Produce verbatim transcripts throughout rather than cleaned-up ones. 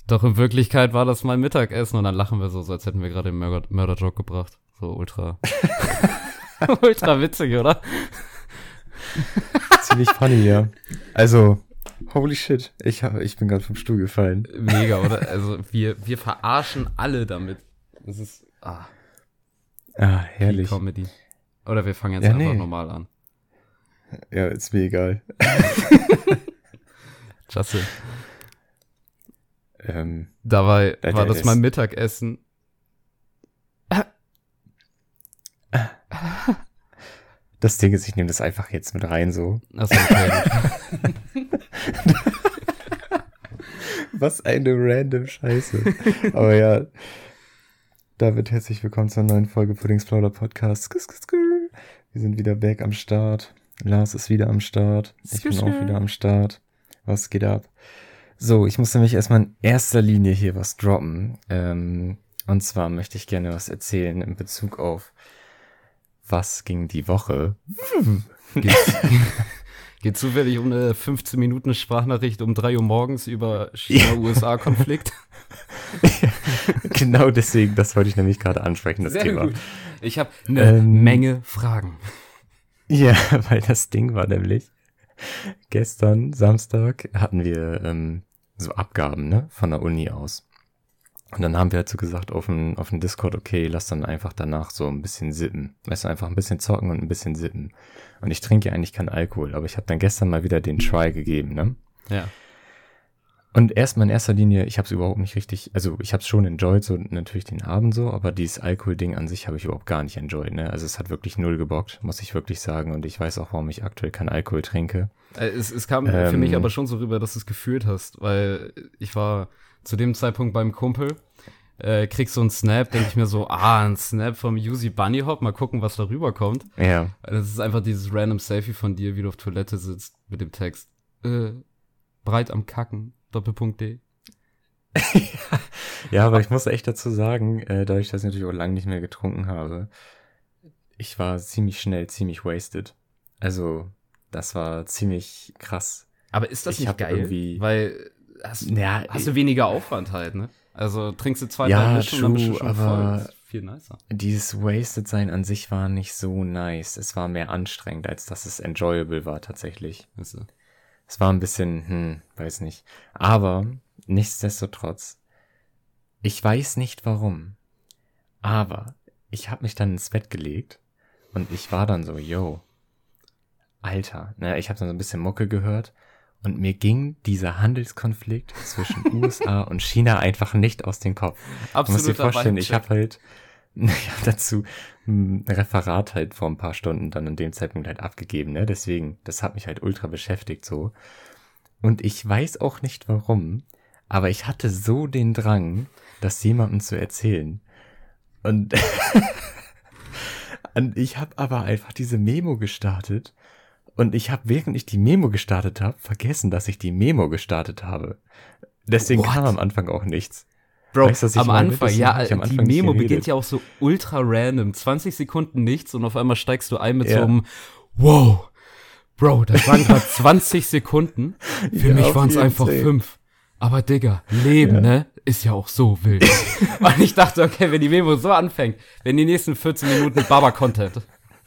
Doch in Wirklichkeit war das mein Mittagessen und dann lachen wir so, so als hätten wir gerade den Mörder- Mörder-Joke gebracht. So ultra. ultra witzig, oder? Ziemlich funny, ja. Also, holy shit, ich, hab, ich bin gerade vom Stuhl gefallen. Mega, oder? Also wir, wir verarschen alle damit. Das ist, ah. Ah, herrlich. Die Comedy. Oder wir fangen jetzt Ja, einfach nee. normal an. Ja, ist mir egal. Justin. Ähm, Dabei der war das ist- mein Mittagessen. das Ding ist, ich nehme das einfach jetzt mit rein so. Achso, okay. Was eine random Scheiße. Aber ja, David, herzlich willkommen zur neuen Folge Puddingsploder Podcast. Skr, skr, skr. Wir sind wieder back am Start. Lars ist wieder am Start. Ich bin auch wieder am Start. Was geht ab? So, ich muss nämlich erstmal in erster Linie hier was droppen. Ähm, und zwar möchte ich gerne was erzählen in Bezug auf was ging die Woche. Geht's, geht zufällig um eine fünfzehn Minuten Sprachnachricht um drei Uhr morgens über China-U S A-Konflikt? Genau deswegen, das wollte ich nämlich gerade ansprechen, das Sehr Thema. gut. Ich habe eine Ähm, Menge Fragen. Ja, weil das Ding war nämlich, gestern, Samstag, hatten wir ähm, so Abgaben, ne, von der Uni aus. Und dann haben wir halt so gesagt auf dem, auf dem Discord, okay, lass dann einfach danach so ein bisschen sippen. Weißt du, einfach ein bisschen zocken und ein bisschen sippen. Und ich trinke ja eigentlich keinen Alkohol, aber ich habe dann gestern mal wieder den Try gegeben, ne? Ja. Und erstmal in erster Linie, ich habe es überhaupt nicht richtig, also ich habe es schon enjoyed, so natürlich den Abend so, aber dieses Alkohol-Ding an sich habe ich überhaupt gar nicht enjoyed, ne? Also es hat wirklich null gebockt, muss ich wirklich sagen. Und ich weiß auch, warum ich aktuell keinen Alkohol trinke. Äh, Es, es kam Ähm, für mich aber schon so rüber, dass du es gefühlt hast, weil ich war zu dem Zeitpunkt beim Kumpel, äh, krieg so einen Snap, denke ich mir so, ah, ein Snap vom Yuzi Bunny Hop, mal gucken, was da rüberkommt. Ja. Das ist einfach dieses random Selfie von dir, wie du auf Toilette sitzt mit dem Text, äh, breit am Kacken, Doppelpunkt D. Ja, aber ich muss echt dazu sagen, äh, dadurch, dass ich natürlich auch lange nicht mehr getrunken habe, ich war ziemlich schnell, ziemlich wasted. Also, das war ziemlich kraß. Aber ist das Ich nicht hab geil? irgendwie- Weil hast, Ja, hast du weniger Aufwand halt, ne? Also trinkst du zwei, Ja, drei Mischen und dann bist du true, schon aber- voll. Das ist viel nicer. Dieses Wasted-Sein an sich war nicht so nice. Es war mehr anstrengend, als dass es enjoyable war tatsächlich. Weißt du? Es war ein bisschen, hm, weiß nicht. Aber nichtsdestotrotz, ich weiß nicht warum, aber ich habe mich dann ins Bett gelegt und ich war dann so, yo, Alter, ne, ich habe dann so ein bisschen Mucke gehört und mir ging dieser Handelskonflikt zwischen U S A und China einfach nicht aus dem Kopf. Du musst dir vorstellen, ich habe halt, ich habe dazu ein Referat halt vor ein paar Stunden dann an dem Zeitpunkt halt abgegeben, ne? Deswegen, das hat mich halt ultra beschäftigt so. Und ich weiß auch nicht warum, aber ich hatte so den Drang, das jemandem zu erzählen. Und, und ich habe aber einfach diese Memo gestartet. Und ich habe, während ich die Memo gestartet habe, vergessen, dass ich die Memo gestartet habe. Deswegen What? kam am Anfang auch nichts. Bro, Weißt du, was ich am meine? Anfang, Deswegen ja, hab ich am die Anfang nicht Memo geredet. beginnt ja auch so ultra random. zwanzig Sekunden nichts und auf einmal steigst du ein mit Ja. so einem wow, Bro, das waren gerade zwanzig Sekunden. Für Ja, mich auf waren es jeden einfach Fall. fünf. Aber Digga, Leben, Ja. ne, ist ja auch so wild. Und ich dachte, okay, wenn die Memo so anfängt, wenn die nächsten vierzehn Minuten Baba-Content.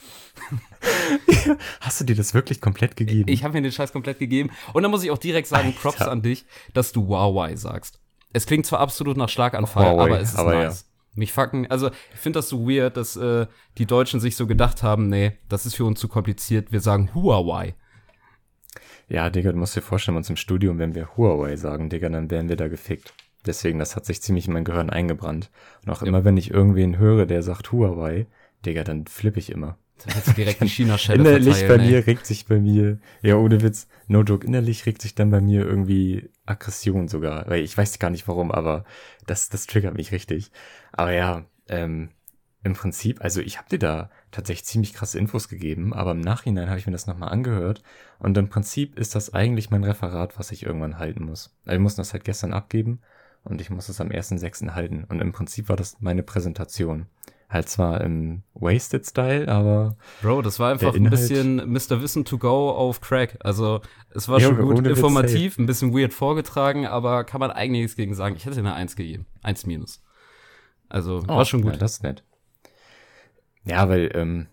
Hast du dir das wirklich komplett gegeben? Ich habe mir den Scheiß komplett gegeben. Und dann muss ich auch direkt sagen, Alter. Props an dich, dass du Huawei sagst. Es klingt zwar absolut nach Schlaganfall, Huawei, aber es ist aber nice. Mich fucken, also ich finde das so weird, dass äh, die Deutschen sich so gedacht haben, nee, das ist für uns zu kompliziert, wir sagen Huawei. Ja, Digga, du musst dir vorstellen, bei uns im Studium, wenn wir Huawei sagen, Digga, dann werden wir da gefickt. Deswegen, das hat sich ziemlich in mein Gehirn eingebrannt. Und auch Ja. immer, wenn ich irgendwen höre, der sagt Huawei, Digga, dann flippe ich immer. Da wird's direkt in China-Schelle Innerlich verteilen, bei ey. mir regt sich bei mir, ja, ohne Witz, no joke, innerlich regt sich dann bei mir irgendwie Aggression sogar. Weil ich weiß gar nicht warum, aber das, das triggert mich richtig. Aber ja, ähm, im Prinzip, also ich habe dir da tatsächlich ziemlich krasse Infos gegeben, aber im Nachhinein habe ich mir das nochmal angehört und im Prinzip ist das eigentlich mein Referat, was ich irgendwann halten muss. Also ich musste das halt gestern abgeben und ich muss es am ersten sechsten halten und im Prinzip war das meine Präsentation. Halt zwar im Wasted-Style, aber Bro, das war einfach der ein Inhalt- bisschen Mister Wissen to go auf Crack. Also, es war Junge, schon gut ohne Witz, informativ, ein bisschen weird vorgetragen, aber kann man eigentlich nichts gegen sagen. Ich hätte eine eins gegeben. eins minus. Also, Oh, war schon gut. Ja, das ist nett. Ja, weil, ähm,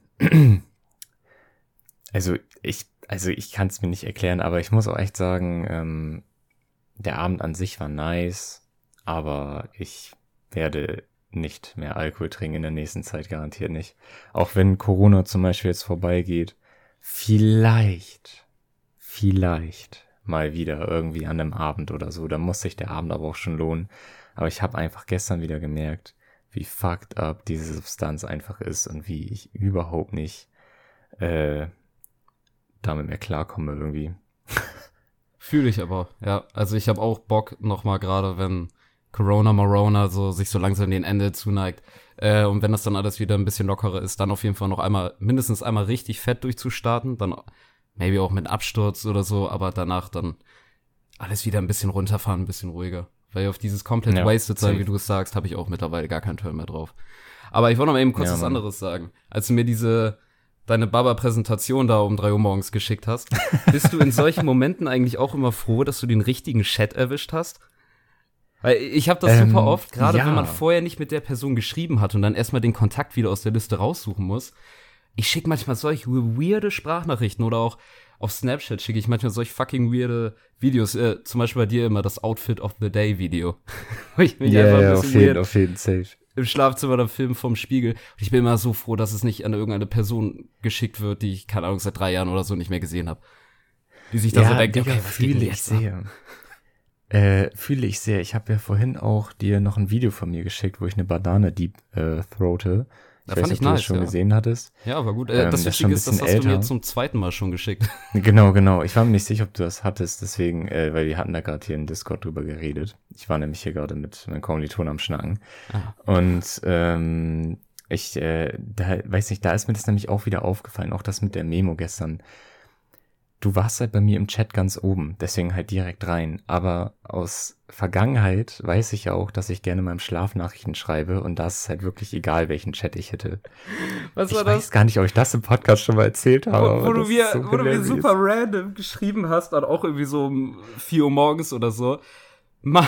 also ich, also ich kann es mir nicht erklären, aber ich muss auch echt sagen, ähm, der Abend an sich war nice, aber ich werde nicht mehr Alkohol trinken in der nächsten Zeit, garantiert nicht. Auch wenn Corona zum Beispiel jetzt vorbeigeht, vielleicht, vielleicht mal wieder irgendwie an einem Abend oder so, da muss sich der Abend aber auch schon lohnen. Aber ich habe einfach gestern wieder gemerkt, wie fucked up diese Substanz einfach ist und wie ich überhaupt nicht äh, damit mehr klarkomme irgendwie. Fühle ich aber, ja. Also, ich habe auch Bock, nochmal gerade, wenn Corona Morona so sich so langsam dem Ende zuneigt. Äh, und wenn das dann alles wieder ein bisschen lockerer ist, dann auf jeden Fall noch einmal, mindestens einmal richtig fett durchzustarten. Dann maybe auch mit Absturz oder so, aber danach dann alles wieder ein bisschen runterfahren, ein bisschen ruhiger. Weil auf dieses komplett Ja, wasted sein, safe. wie du es sagst, habe ich auch mittlerweile gar keinen Turn mehr drauf. Aber ich wollte noch mal eben kurz Ja, was Mann. anderes sagen. Als du mir diese, deine Baba-Präsentation da um drei Uhr morgens geschickt hast, bist du in solchen Momenten eigentlich auch immer froh, dass du den richtigen Chat erwischt hast? Weil ich habe das Ähm, super oft, gerade ja. wenn man vorher nicht mit der Person geschrieben hat und dann erstmal den Kontakt wieder aus der Liste raussuchen muss. Ich schicke manchmal solche weirde Sprachnachrichten oder auch auf Snapchat schicke ich manchmal solch fucking weirde Videos. Äh, zum Beispiel bei dir immer das Outfit of the Day Video. Wo ich mich Ja, einfach ein ja, bisschen auf jeden, weird auf jeden, safe. im Schlafzimmer dann Film vom Spiegel. Und ich bin immer so froh, dass es nicht an irgendeine Person geschickt wird, die ich, keine Ahnung, seit drei Jahren oder so nicht mehr gesehen habe. Die sich da so denkt, Digga, okay, was geht denn fühle ich jetzt ab? sehr. Äh, fühle ich sehr. Ich habe ja vorhin auch dir noch ein Video von mir geschickt, wo ich eine Banane deep äh, throate. Ich Das weiß fand nicht, ich ob du das nice, schon ja. gesehen hattest. Ja, aber gut. Äh, Ähm, das das ist schon Wichtige ein ist, das bisschen hast du mir älter. zum zweiten Mal schon geschickt. Genau, genau. Ich war mir nicht sicher, ob du das hattest, deswegen, äh, weil wir hatten da gerade hier im Discord drüber geredet. Ich war nämlich hier gerade mit meinem Kommiliton am Schnacken. Ah. Und ähm, ich, äh, da, weiß nicht, da ist mir das nämlich auch wieder aufgefallen, auch das mit der Memo gestern. Du warst halt bei mir im Chat ganz oben, deswegen halt direkt rein. Aber aus Vergangenheit weiß ich ja auch, dass ich gerne in meinem Schlaf Nachrichten schreibe und da ist es halt wirklich egal, welchen Chat ich hätte. Was Ich war weiß das? gar nicht, ob ich das im Podcast schon mal erzählt habe. Wo, aber wo, du das mir, ist so wo du mir hilarious. super random geschrieben hast, dann auch irgendwie so um vier Uhr morgens oder so. Mann,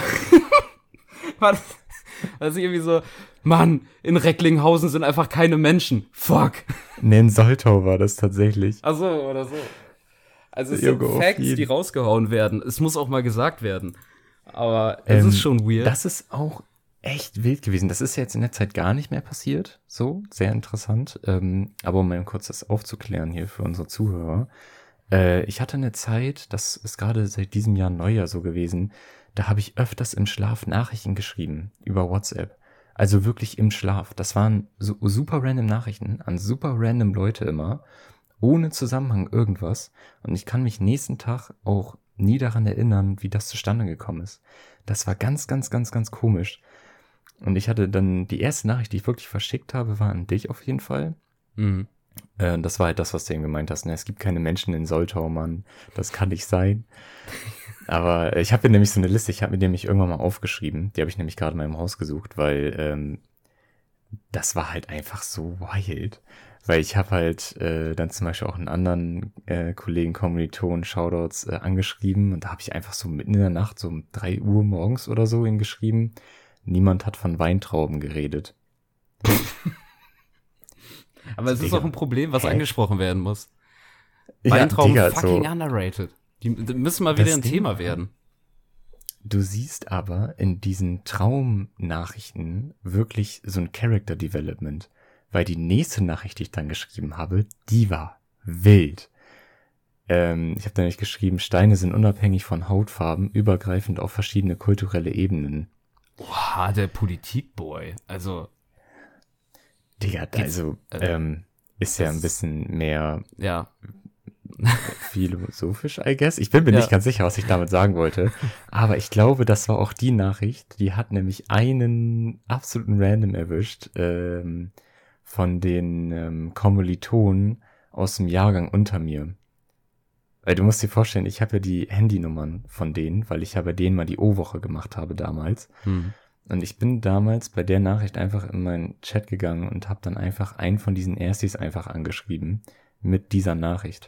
Mann, also irgendwie so, Mann, in Recklinghausen sind einfach keine Menschen. Fuck. Nee, in Soltau war das tatsächlich. Ach so, oder so. Also es Junge, sind auf Facts, jeden. die rausgehauen werden. Es muss auch mal gesagt werden. Aber es Ähm, ist schon weird. Das ist auch echt wild gewesen. Das ist ja jetzt in der Zeit gar nicht mehr passiert. So, sehr interessant. Ähm, aber um mal kurz das aufzuklären hier für unsere Zuhörer. Äh, ich hatte eine Zeit, das ist gerade seit diesem Jahr Neujahr so gewesen, da habe ich öfters im Schlaf Nachrichten geschrieben über WhatsApp. Also wirklich im Schlaf. Das waren so super random Nachrichten an super random Leute immer. Ohne Zusammenhang irgendwas. Und ich kann mich nächsten Tag auch nie daran erinnern, wie das zustande gekommen ist. Das war ganz, ganz, ganz, ganz komisch. Und ich hatte dann, die erste Nachricht, die ich wirklich verschickt habe, war an dich auf jeden Fall. Mhm. Äh, das war halt das, was du eben gemeint hast. Ne? Es gibt keine Menschen in Soltau, Mann. Das kann nicht sein. Aber ich habe mir nämlich so eine Liste, ich habe mir nämlich irgendwann mal aufgeschrieben. Die habe ich nämlich gerade mal im Haus gesucht, weil ähm, das war halt einfach so wild. Weil ich habe halt äh, dann zum Beispiel auch einen anderen äh, Kollegen, Kommiliton, Shoutouts äh, angeschrieben und da habe ich einfach so mitten in der Nacht, so um drei Uhr morgens oder so, ihm geschrieben, niemand hat von Weintrauben geredet. Aber es ist Digga. auch ein Problem, was Hä? angesprochen werden muss. Ja, Weintrauben Digga, fucking so, underrated. Die, die müssen mal Das wieder ein Ding Thema war- werden. du siehst aber in diesen Traumnachrichten wirklich so ein Character Development, weil die nächste Nachricht, die ich dann geschrieben habe, die war wild. Ähm, ich habe da nämlich geschrieben, Steine sind unabhängig von Hautfarben, übergreifend auf verschiedene kulturelle Ebenen. Boah, der Politikboy. Also, Digga, also äh, ähm, ist ja das- ein bisschen mehr ja. philosophisch, I guess. Ich bin mir Ja. nicht ganz sicher, was ich damit sagen wollte. Aber ich glaube, das war auch die Nachricht, die hat nämlich einen absoluten Random erwischt ähm, von den ähm, Kommilitonen aus dem Jahrgang unter mir. Weil du musst dir vorstellen, ich habe ja die Handynummern von denen, weil ich ja bei denen mal die O-Woche gemacht habe damals. Hm. Und ich bin damals bei der Nachricht einfach in meinen Chat gegangen und habe dann einfach einen von diesen Erstis einfach angeschrieben mit dieser Nachricht.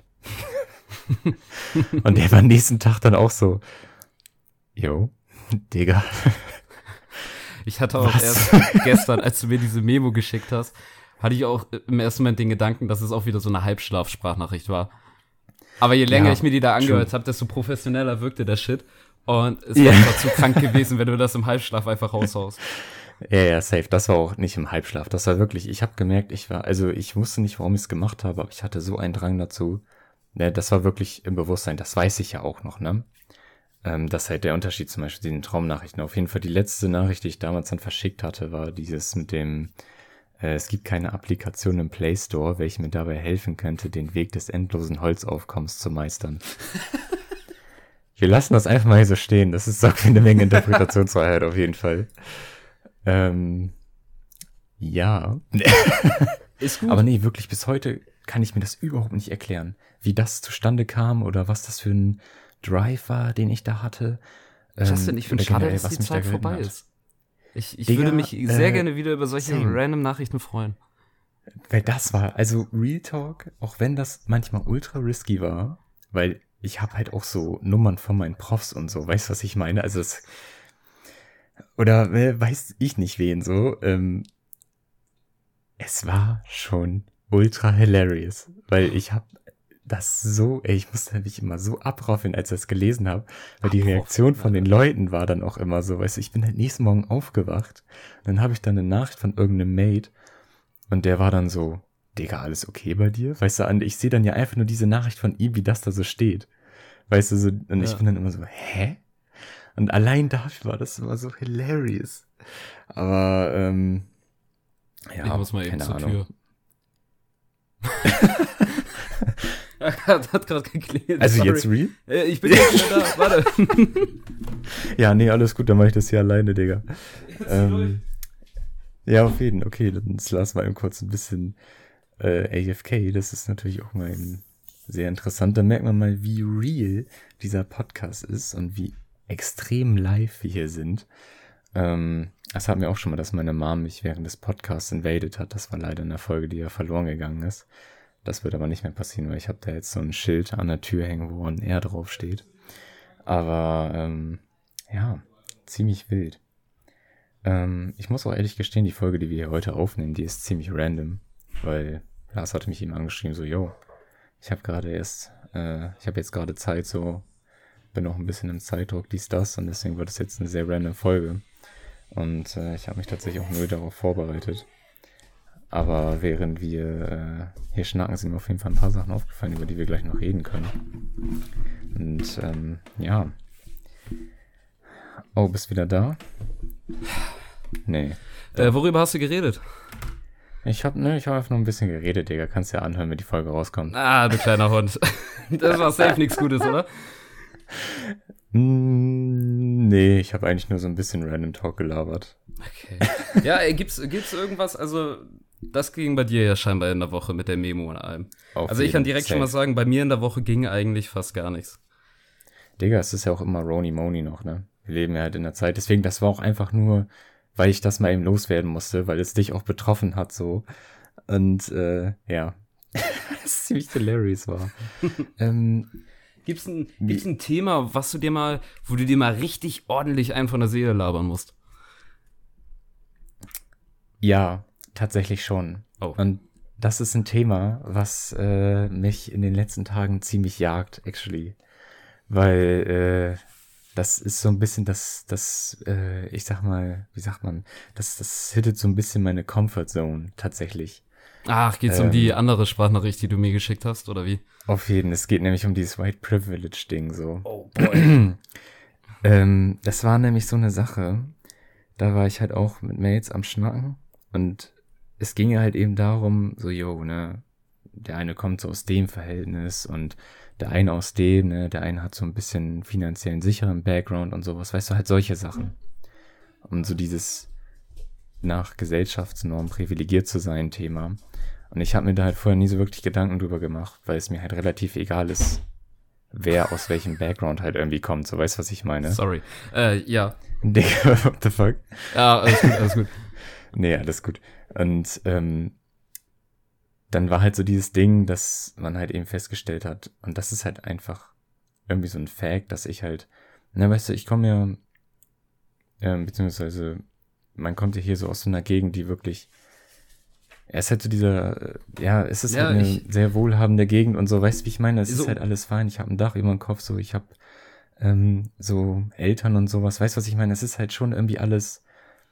Und der war am nächsten Tag dann auch so, yo, Digga. Ich hatte auch Was? erst gestern, als du mir diese Memo geschickt hast, hatte ich auch im ersten Moment den Gedanken, dass es auch wieder so eine Halbschlaf-Sprachnachricht war. Aber je länger Ja, ich mir die da angehört habe, desto professioneller wirkte der Shit. Und es wäre Ja. einfach zu krank gewesen, wenn du das im Halbschlaf einfach raushaust. Ja, ja, safe. Das war auch nicht im Halbschlaf. Das war wirklich, ich habe gemerkt, ich war, also ich wusste nicht, warum ich es gemacht habe, aber ich hatte so einen Drang dazu. Ne, das war wirklich im Bewusstsein, das weiß ich ja auch noch, ne? Ähm, das ist halt der Unterschied zum Beispiel zu den Traumnachrichten. Auf jeden Fall die letzte Nachricht, die ich damals dann verschickt hatte, war dieses mit dem, äh, es gibt keine Applikation im Play Store, welche mir dabei helfen könnte, den Weg des endlosen Holzaufkommens zu meistern. Wir lassen das einfach mal hier so stehen. Das ist sorgt für eine Menge Interpretationsfreiheit auf jeden Fall. Ähm, ja. Ist gut. Aber nee, wirklich, bis heute kann ich mir das überhaupt nicht erklären, wie das zustande kam oder was das für ein Drive war, den ich da hatte. Justin, ich finde oder schade, generell, dass was die mich da Zeit geritten vorbei hat. ist. Ich, ich Digga, würde mich sehr äh, gerne wieder über solche same. random Nachrichten freuen. Weil das war, also Real Talk, auch wenn das manchmal ultra risky war, weil ich habe halt auch so Nummern von meinen Profs und so, weißt du, was ich meine? Also es, oder äh, weiß ich nicht wen so, ähm, es war schon ultra hilarious, weil ich habe das so, ey, ich musste mich immer so abraufen, als ich das gelesen habe, weil die Abraufen, Reaktion von den Alter. Leuten war dann auch immer so, weißt du, ich bin halt nächsten Morgen aufgewacht, dann habe ich dann eine Nachricht von irgendeinem Mate und der war dann so, Digga, alles okay bei dir? Weißt du, und ich sehe dann ja einfach nur diese Nachricht von ihm, wie das da so steht. Weißt du, so, und ich Ja. bin dann immer so, hä? Und allein dafür war das immer so hilarious. Aber, ähm, ja, Ich muss mal eben keine zur Ahnung. Tür. hat hat gerade geklingelt. Also sorry. jetzt real? Äh, Ich bin jetzt wieder da, warte. Ja, nee, alles gut, dann mache ich das hier alleine, Digga. Ähm, ja, auf jeden Fall. Okay, dann lassen wir eben kurz ein bisschen äh, A F K. Das ist natürlich auch mal eben sehr interessant. Da merkt man mal, wie real dieser Podcast ist und wie extrem live wir hier sind. Ähm, das hatten wir auch schon mal, dass meine Mom mich während des Podcasts invaded hat. Das war leider eine Folge, die ja verloren gegangen ist. Das wird aber nicht mehr passieren, weil ich habe da jetzt so ein Schild an der Tür hängen, wo ein R drauf steht. Aber ähm, ja, ziemlich wild. Ähm, ich muss auch ehrlich gestehen, die Folge, die wir hier heute aufnehmen, die ist ziemlich random, weil Lars hatte mich eben angeschrieben, so, yo, ich habe gerade erst, äh, ich habe jetzt gerade Zeit, so, bin noch ein bisschen im Zeitdruck, dies, das, und deswegen wird es jetzt eine sehr random Folge. Und äh, ich habe mich tatsächlich auch null darauf vorbereitet. Aber während wir äh, hier schnacken, sind mir auf jeden Fall ein paar Sachen aufgefallen, über die wir gleich noch reden können. Und ähm, ja. Oh, bist wieder da? Nee. Äh, worüber hast du geredet? Ich hab, ne, ich hab einfach nur ein bisschen geredet, Digga. Kannst ja anhören, wenn die Folge rauskommt. Ah, du kleiner Hund. Das war safe nichts Gutes, oder? Mm, nee, ich habe eigentlich nur so ein bisschen Random Talk gelabert. Okay. Ja, ey, gibt's, gibt's irgendwas, also das ging bei dir ja scheinbar in der Woche mit der Memo und allem. Auf Also ich kann jeden direkt Safe. schon mal sagen, bei mir in der Woche ging eigentlich fast gar nichts. Digga, es ist ja auch immer Roni Moni noch, ne? Wir leben ja halt in der Zeit. Deswegen, das war auch einfach nur, weil ich das mal eben loswerden musste, weil es dich auch betroffen hat, so. Und, äh, ja. Das ziemlich hilarious war. ähm, Gibt's ein, gibt's ein Thema, was du dir mal, wo du dir mal richtig ordentlich einen von der Seele labern musst? ja, tatsächlich schon. Oh. Und das ist ein Thema, was äh, mich in den letzten Tagen ziemlich jagt, actually. Weil, äh, das ist so ein bisschen das, das, äh, ich sag mal, wie sagt man, das, das hittet so ein bisschen meine Comfort Zone, tatsächlich. Ach, geht's Ähm. um die andere Sprachnachricht, die du mir geschickt hast, oder wie? Auf jeden, es geht nämlich um dieses White Privilege Ding, so. Oh boy. Ähm, das war nämlich so eine Sache, da war ich halt auch mit Mates am Schnacken und es ging ja halt eben darum, so, yo, ne, der eine kommt so aus dem Verhältnis und der eine aus dem, ne, der eine hat so ein bisschen finanziellen sicheren Background und sowas, weißt du, halt solche Sachen. Und so dieses nach Gesellschaftsnormen privilegiert zu sein Thema. Und ich habe mir da halt vorher nie so wirklich Gedanken drüber gemacht, weil es mir halt relativ egal ist, wer aus welchem Background halt irgendwie kommt, so, weißt du, was ich meine? Sorry. Äh, ja. Digga, what the fuck? Ja, alles gut, alles gut. Nee, alles gut. Und ähm, dann war halt so dieses Ding, dass man halt eben festgestellt hat, und das ist halt einfach irgendwie so ein Fact, dass ich halt, na weißt du, ich komme ja, ähm, beziehungsweise man kommt ja hier so aus so einer Gegend, die wirklich, es ist halt so dieser, äh, ja, es ist Ja, halt eine ich- sehr wohlhabende Gegend und so, weißt du, wie ich meine? Es So- ist halt alles fein, ich habe ein Dach über dem Kopf, so, ich habe ähm, so Eltern und sowas, weißt du, was ich meine? Es ist halt schon irgendwie alles,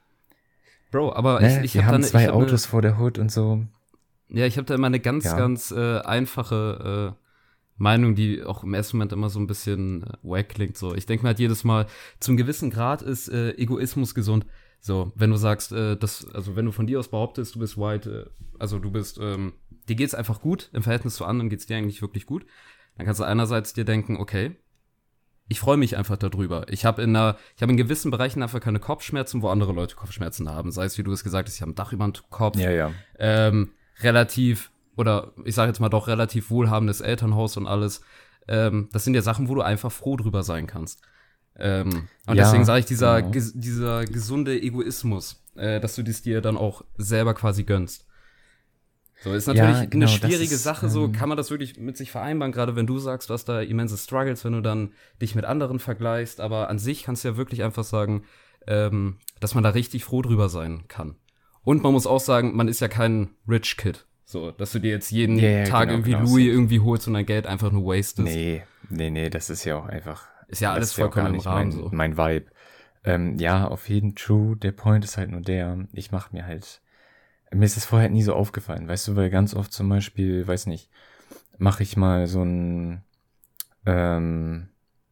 Bro, aber ne? ich, ich Wir habe haben da, zwei ich hab Autos ne, vor der Hut und so. ja, ich habe da immer eine ganz, Ja. ganz äh, einfache äh, Meinung, die auch im ersten Moment immer so ein bisschen äh, wack klingt. So, ich denke mir halt jedes Mal, zum gewissen Grad ist äh, Egoismus gesund. So, wenn du sagst, äh, das, also wenn du von dir aus behauptest, du bist white, äh, also du bist, ähm, dir geht's einfach gut, im Verhältnis zu anderen geht's dir eigentlich wirklich gut, dann kannst du einerseits dir denken, okay, ich freue mich einfach darüber. Ich habe in einer, ich habe in gewissen Bereichen einfach keine Kopfschmerzen, wo andere Leute Kopfschmerzen haben. Sei es, wie du es gesagt hast, ich habe ein Dach über dem Kopf, Ja, ja. ähm, relativ, oder ich sage jetzt mal doch relativ wohlhabendes Elternhaus und alles. Ähm, das sind ja Sachen, wo du einfach froh drüber sein kannst. Ähm, und Ja, deswegen sage ich, dieser, genau. ges dieser gesunde Egoismus, äh, dass du das dir dann auch selber quasi gönnst. So, ist natürlich Ja, genau, eine das schwierige ist, Sache, so ähm, kann man das wirklich mit sich vereinbaren, gerade wenn du sagst, du hast da immense Struggles, wenn du dann dich mit anderen vergleichst, aber an sich kannst du ja wirklich einfach sagen, ähm, dass man da richtig froh drüber sein kann. Und man muss auch sagen, man ist ja kein Rich Kid, so, dass du dir jetzt jeden Ja, ja, Tag genau, irgendwie genau, Louis safe. irgendwie holst und dein Geld einfach nur wastest. Nee, nee, nee, das ist ja auch einfach. Ist ja alles das ist ja auch vollkommen gar im nicht Rahmen, mein, so. mein Vibe. Ähm, ja, auf jeden True. Der Point ist halt nur der, ich mach mir halt, mir ist das vorher nie so aufgefallen, weißt du, weil ganz oft zum Beispiel, weiß nicht, mache ich mal so ein, ähm,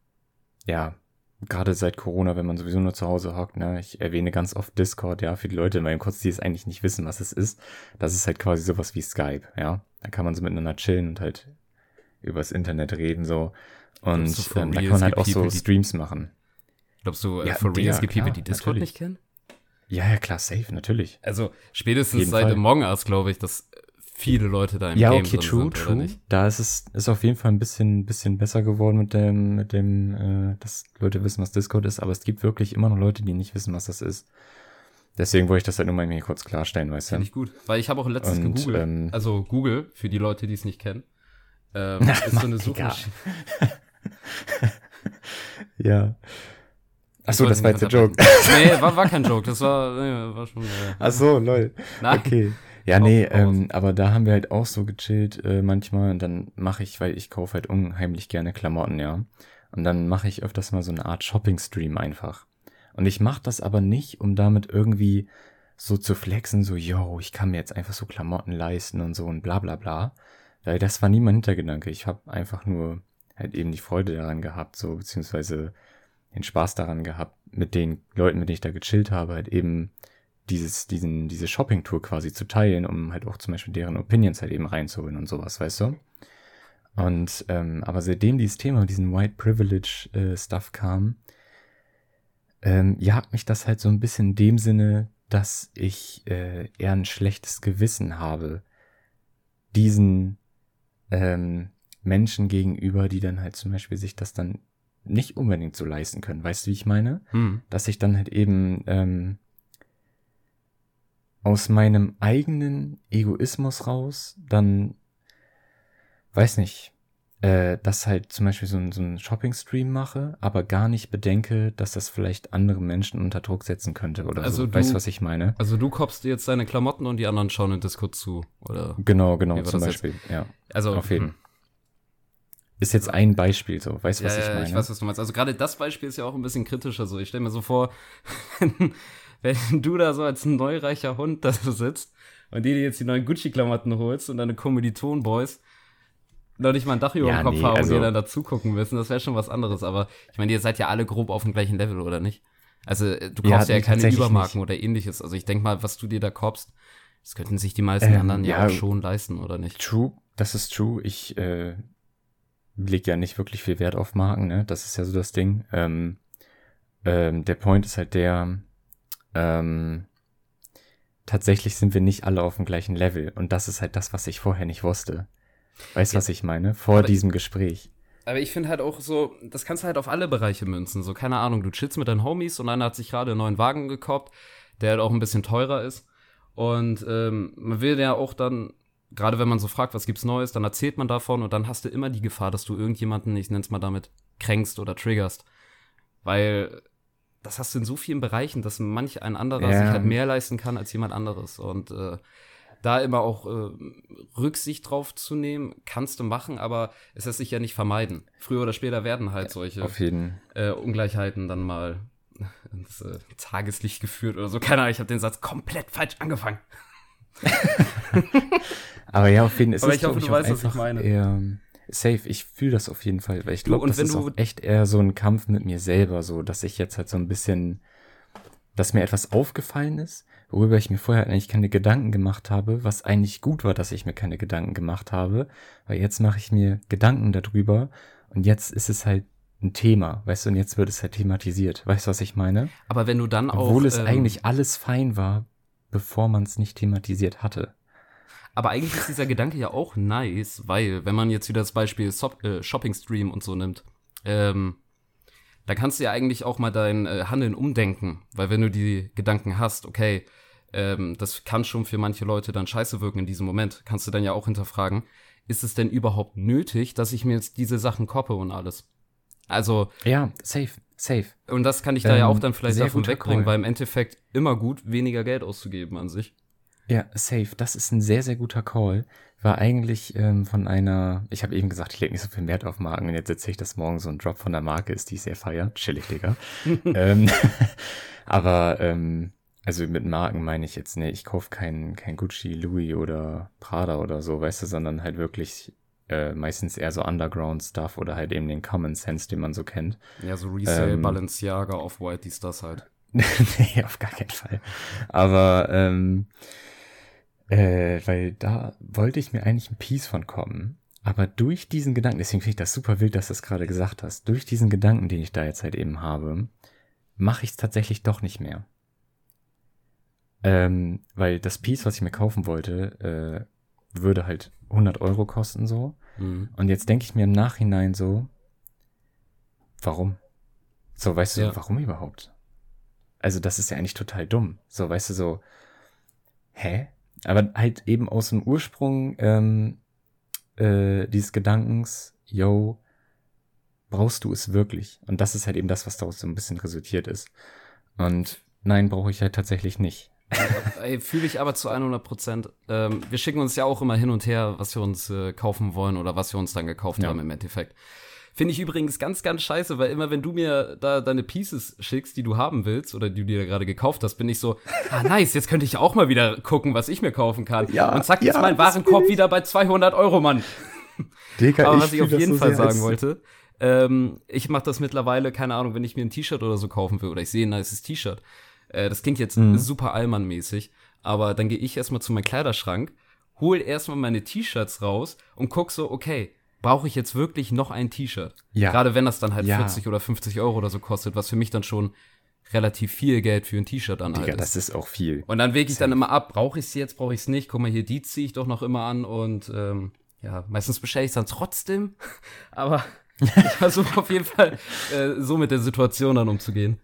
ja, gerade seit Corona, wenn man sowieso nur zu Hause hockt, ne, ich erwähne ganz oft Discord, ja, für die Leute in meinem Kurz, die es eigentlich nicht wissen, was es ist. Das ist halt quasi sowas wie Skype, ja. Da kann man so miteinander chillen und halt übers Internet reden, so. Und Glaubst du, for ähm, da real, kann man es halt gibt auch so people, die- Streams machen. Glaubst du, äh, Ja, for real, Digga, es gibt People, klar, die Discord natürlich. nicht kennen? Ja, ja, klar, safe, natürlich. Also, spätestens jeden seit Fall. Among Us, glaube ich, dass viele Leute da im Ja, Game okay, drin true, sind, oder true. nicht? Da ist es ist auf jeden Fall ein bisschen bisschen besser geworden mit dem mit dem äh, dass Leute wissen, was Discord ist, aber es gibt wirklich immer noch Leute, die nicht wissen, was das ist. Deswegen wollte ich das halt nur mal hier kurz klarstellen, weißt du? Finde ich gut. Weil ich habe auch letztens Und, gegoogelt. ähm, Also Google, für die Leute, die es nicht kennen, ähm, ist so eine Suchmaschine. Ja. Ach Ich so, wollte das war nicht jetzt der Joke. unterbrechen. Nee, war, war kein Joke. Das war, nee, war schon. Äh, Ach so, lol. Nein. Okay. Ja, Hau- nee, hau raus. ähm, aber da haben wir halt auch so gechillt äh, manchmal und dann mache ich, weil ich kaufe halt unheimlich gerne Klamotten, ja. Und dann mache ich öfters mal so eine Art Shopping-Stream einfach. Und ich mache das aber nicht, um damit irgendwie so zu flexen, so, yo, ich kann mir jetzt einfach so Klamotten leisten und so und bla bla bla. Weil das war nie mein Hintergedanke. Ich habe einfach nur halt eben die Freude daran gehabt, so, beziehungsweise den Spaß daran gehabt, mit den Leuten, mit denen ich da gechillt habe, halt eben dieses, diesen, diese Shopping-Tour quasi zu teilen, um halt auch zum Beispiel deren Opinions halt eben reinzuholen und sowas, weißt du? Und, ähm, aber seitdem dieses Thema mit diesem White Privilege äh, Stuff kam, ähm, jagt mich das halt so ein bisschen in dem Sinne, dass ich äh, eher ein schlechtes Gewissen habe, diesen ähm, Menschen gegenüber, die dann halt zum Beispiel sich das dann nicht unbedingt so leisten können. Weißt du, wie ich meine? Hm. Dass ich dann halt eben ähm, aus meinem eigenen Egoismus raus dann, weiß nicht, äh, das halt zum Beispiel so, ein- so einen Shopping-Stream mache, aber gar nicht bedenke, dass das vielleicht andere Menschen unter Druck setzen könnte oder Also so. du- Weißt du, was ich meine? Also du kopfst dir jetzt deine Klamotten und die anderen schauen in Discord zu, oder? Genau, genau, Wie war zum das jetzt? Beispiel, ja. Also, Auf jeden. hm. Ist jetzt ein Beispiel so, weißt du, was ja, ich ja, meine? ich weiß, was du meinst. Also gerade das Beispiel ist ja auch ein bisschen kritischer so. Ich stelle mir so vor, wenn, wenn du da so als neureicher Hund da so sitzt und dir jetzt die neuen Gucci-Klamotten holst und deine Kommilitonen-Boys noch nicht mal ein Dach über Ja, dem Kopf nee, haben also- und dir dann dazu gucken müssen, das wäre schon was anderes. Aber ich meine, ihr seid ja alle grob auf dem gleichen Level, oder nicht? Also äh, du Ja, kaufst ja, nee, keine tatsächlich Übermarken nicht. oder ähnliches. Also ich denk mal, was du dir da kaufst, das könnten sich die meisten Ähm, anderen ja, ja, auch schon leisten, oder nicht? True, das ist true. Ich äh, leg ja nicht wirklich viel Wert auf Marken, ne? Das ist ja so das Ding. Ähm, ähm, der Point ist halt der, ähm, tatsächlich sind wir nicht alle auf dem gleichen Level. Und das ist halt das, was ich vorher nicht wusste. Weißt du, Ja, was ich meine? Vor aber- diesem Gespräch. Aber ich finde halt auch so, das kannst du halt auf alle Bereiche münzen. So, keine Ahnung, du chillst mit deinen Homies und einer hat sich gerade einen neuen Wagen gekauft, der halt auch ein bisschen teurer ist. Und ähm, man will ja auch dann, gerade wenn man so fragt, was gibt's Neues, dann erzählt man davon und dann hast du immer die Gefahr, dass du irgendjemanden, ich nenn's mal damit, kränkst oder triggerst. Weil das hast du in so vielen Bereichen, dass manch ein anderer Ja. sich halt mehr leisten kann als jemand anderes. Und äh, da immer auch äh, Rücksicht drauf zu nehmen, kannst du machen, aber es lässt sich ja nicht vermeiden. Früher oder später werden halt solche Auf jeden äh, Ungleichheiten dann mal ins äh, Tageslicht geführt oder so. Keine Ahnung, ich habe den Satz komplett falsch angefangen. Aber ja, auf jeden Fall. Aber ich hoffe, du weißt, was ich meine. Eher, safe, ich fühle das auf jeden Fall, weil ich glaube, das wenn ist du- auch echt eher so ein Kampf mit mir selber, so, dass ich jetzt halt so ein bisschen, dass mir etwas aufgefallen ist, worüber ich mir vorher eigentlich keine Gedanken gemacht habe, was eigentlich gut war, dass ich mir keine Gedanken gemacht habe, weil jetzt mache ich mir Gedanken darüber und jetzt ist es halt ein Thema, weißt du, und jetzt wird es halt thematisiert, weißt du, was ich meine? Aber wenn du dann auch Obwohl es ähm, eigentlich alles fein war, bevor man es nicht thematisiert hatte. Aber eigentlich ist dieser Gedanke ja auch nice, weil, wenn man jetzt wieder das Beispiel Sop- äh, Shopping-Stream und so nimmt, ähm, da kannst du ja eigentlich auch mal dein äh, Handeln umdenken. Weil wenn du die Gedanken hast, okay, ähm, das kann schon für manche Leute dann scheiße wirken in diesem Moment, kannst du dann ja auch hinterfragen, ist es denn überhaupt nötig, dass ich mir jetzt diese Sachen koppe und alles? Also, Ja, safe, safe. und das kann ich da ja auch Ähm, dann vielleicht sehr davon guter wegbringen, Call. weil im Endeffekt immer gut, weniger Geld auszugeben an sich. Ja, safe. Das ist ein sehr, sehr guter Call. War eigentlich ähm, von einer, ich habe eben gesagt, ich lege nicht so viel Wert auf Marken und jetzt erzähle ich, dass morgen so ein Drop von der Marke ist, die ich sehr feier. Chillig, Digga. ähm, aber, ähm, also mit Marken meine ich jetzt, ne, ich kaufe kein, kein Gucci, Louis oder Prada oder so, weißt du, sondern halt wirklich äh, meistens eher so Underground-Stuff oder halt eben den Common Sense, den man so kennt. Ja, so Resale, Ähm, Balenciaga, Off-White, dies, das halt. Nee, auf gar keinen Fall. Aber, ähm, äh, weil da wollte ich mir eigentlich ein Piece von kommen. Aber durch diesen Gedanken, deswegen finde ich das super wild, dass du es gerade gesagt hast, durch diesen Gedanken, den ich da jetzt halt eben habe, mache ich es tatsächlich doch nicht mehr. Ähm, weil das Piece, was ich mir kaufen wollte, äh, würde halt hundert Euro kosten so. Mhm. Und jetzt denke ich mir im Nachhinein so, warum? So, weißt du, Ja. warum überhaupt? Also das ist ja eigentlich total dumm. So, weißt du, so, hä? Aber halt eben aus dem Ursprung ähm, äh, dieses Gedankens, yo, brauchst du es wirklich? Und das ist halt eben das, was daraus so ein bisschen resultiert ist. Und nein, brauche ich halt tatsächlich nicht. Ey, fühle ich aber zu hundert Prozent. Ähm, wir schicken uns ja auch immer hin und her, was wir uns äh, kaufen wollen oder was wir uns dann gekauft Ja. haben im Endeffekt. Finde ich übrigens ganz, ganz scheiße, weil immer, wenn du mir da deine Pieces schickst, die du haben willst oder die du dir gerade gekauft hast, bin ich so, ah nice, jetzt könnte ich auch mal wieder gucken, was ich mir kaufen kann. Ja, und zack, ist ja, mein das Warenkorb will ich. wieder bei zweihundert Euro, Mann. Digga, Aber was ich fühl auf das jeden so Fall sehr sagen als- wollte, ähm, ich mache das mittlerweile, keine Ahnung, wenn ich mir ein T-Shirt oder so kaufen will oder ich sehe ein nices T-Shirt. Äh, das klingt jetzt Mhm. super Allmann-mäßig, aber dann gehe ich erstmal zu meinem Kleiderschrank, hol erstmal meine T-Shirts raus und guck so, okay, brauche ich jetzt wirklich noch ein T-Shirt? Ja. Gerade wenn das dann halt Ja. vierzig oder fünfzig Euro oder so kostet, was für mich dann schon relativ viel Geld für ein T-Shirt dann Digga, halt das ist. ist auch viel. Und dann wege ich Safe. dann immer ab, brauche ich es jetzt, brauche ich es nicht, guck mal hier, die ziehe ich doch noch immer an und ähm, ja, meistens bestelle ich es dann trotzdem, aber ich versuche auf jeden Fall äh, so mit der Situation dann umzugehen.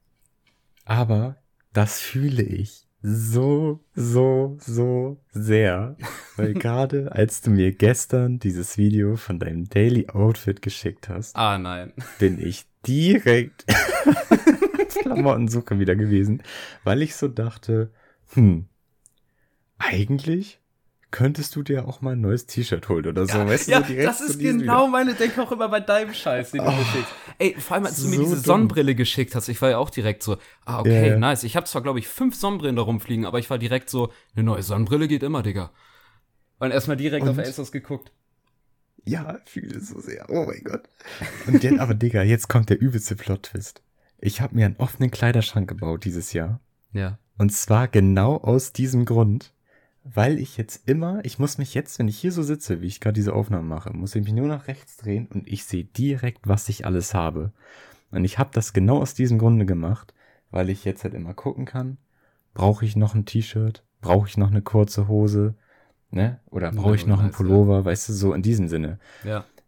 Aber das fühle ich so, so, so sehr. Weil gerade als du mir gestern dieses Video von deinem Daily Outfit geschickt hast, Ah, nein. bin ich direkt ins Klamottensuche wieder gewesen, weil ich so dachte, hm, eigentlich könntest du dir auch mal ein neues T-Shirt holen oder so, weißt du, Ja, so direkt das zu ist diesem genau meine Denke auch immer bei deinem Scheiß, den du mir schickst. Ey, vor allem, als du mir so diese dumm. Sonnenbrille geschickt hast, ich war ja auch direkt so, ah, okay, Ja, ja. nice. Ich habe zwar, glaube ich, fünf Sonnenbrillen da rumfliegen, aber ich war direkt so, eine neue Sonnenbrille geht immer, Digga. Und erstmal direkt Und? auf ASOS geguckt. Ja, fühle es so sehr. Oh mein Gott. Und jetzt, aber Digga, jetzt kommt der übelste Plot-Twist. Ich habe mir einen offenen Kleiderschrank gebaut dieses Jahr. Ja. Und zwar genau aus diesem Grund, weil ich jetzt immer, ich muss mich jetzt, wenn ich hier so sitze, wie ich gerade diese Aufnahme mache, muss ich mich nur nach rechts drehen und ich sehe direkt, was ich alles habe. Und ich habe das genau aus diesem Grunde gemacht, weil ich jetzt halt immer gucken kann, brauche ich noch ein T-Shirt, brauche ich noch eine kurze Hose, ne? Oder brauche ich Ja, noch einen nice, Pullover, weißt du, so in diesem Sinne. Ja.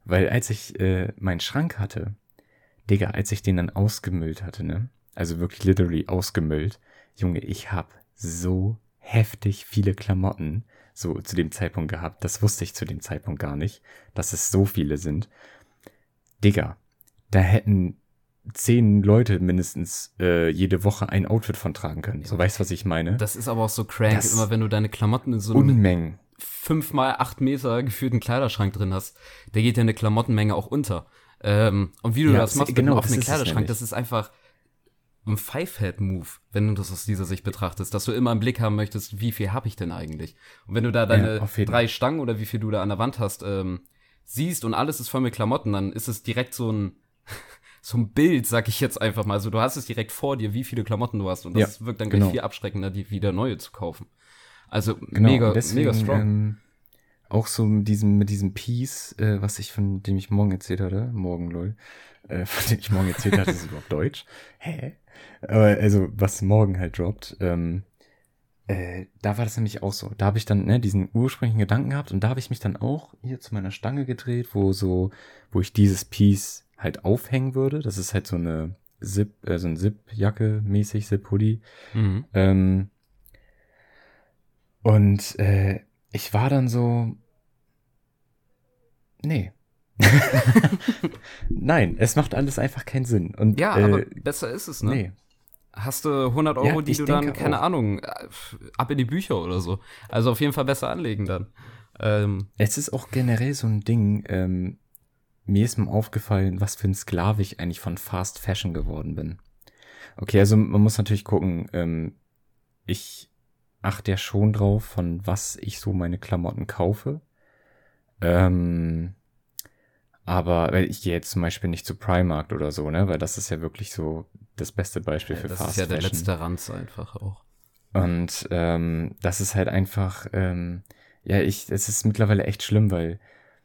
weil als ich äh, meinen Schrank hatte, Digga, als ich den dann ausgemüllt hatte, ne, also wirklich literally ausgemüllt, Junge, ich hab so heftig viele Klamotten so zu dem Zeitpunkt gehabt. Das wusste ich zu dem Zeitpunkt gar nicht, dass es so viele sind. Digga, da hätten zehn Leute mindestens äh, jede Woche ein Outfit von tragen können. So, weißt du, was ich meine? Das ist aber auch so crank, Das immer wenn du deine Klamotten in so einem Unmengen. fünf mal acht Meter geführten Kleiderschrank drin hast, da geht ja eine Klamottenmenge auch unter. Ähm, und wie du Ja, das machst genau, mit einem das offenen ist es Kleiderschrank, nämlich. das ist einfach ein Five-Head-Move, wenn du das aus dieser Sicht betrachtest, dass du immer im Blick haben möchtest, wie viel habe ich denn eigentlich? Und wenn du da deine Ja, auf jeden drei Stangen oder wie viel du da an der Wand hast, ähm, siehst und alles ist voll mit Klamotten, dann ist es direkt so ein so ein Bild, sag ich jetzt einfach mal. Also du hast es direkt vor dir, wie viele Klamotten du hast und das Ja, wirkt dann gleich genau. viel abschreckender, die wieder neue zu kaufen. Also Genau, mega, und deswegen, mega strong. Ähm, auch so mit diesem, mit diesem Piece, äh, was ich von dem ich morgen erzählt hatte, morgen, lol, äh, von dem ich morgen erzählt hatte, ist es überhaupt Deutsch? Hä? Aber also, was morgen halt droppt, ähm, äh, da war das nämlich auch so. Da habe ich dann, ne, diesen ursprünglichen Gedanken gehabt und da habe ich mich dann auch hier zu meiner Stange gedreht, wo so, wo ich dieses Piece halt aufhängen würde. Das ist halt so eine Zip, äh, so ein Zip-Jacke mäßig, Zip-Hoodie. Mhm. Ähm, und äh, ich war dann so, nee. Nein, es macht alles einfach keinen Sinn. Und, Ja, äh, aber besser ist es, ne? nee. Hast du hundert Euro, Ja, die ich du dann, denke keine auch. Ahnung, äh, ab in die Bücher oder so. Also auf jeden Fall besser anlegen dann. Ähm, Es ist auch generell so ein Ding, ähm, mir ist mal aufgefallen, was für ein Sklave ich eigentlich von Fast Fashion geworden bin. Okay, also man muss natürlich gucken, ähm, ich achte ja schon drauf, von was ich so meine Klamotten kaufe. Ähm, aber weil ich gehe jetzt zum Beispiel nicht zu Primark oder so, ne, weil das ist ja wirklich so das beste Beispiel für das Fast ist ja der Fashion. letzte Ranz einfach auch. Und ähm, das ist halt einfach, ähm, ja, ich, es ist mittlerweile echt schlimm, weil,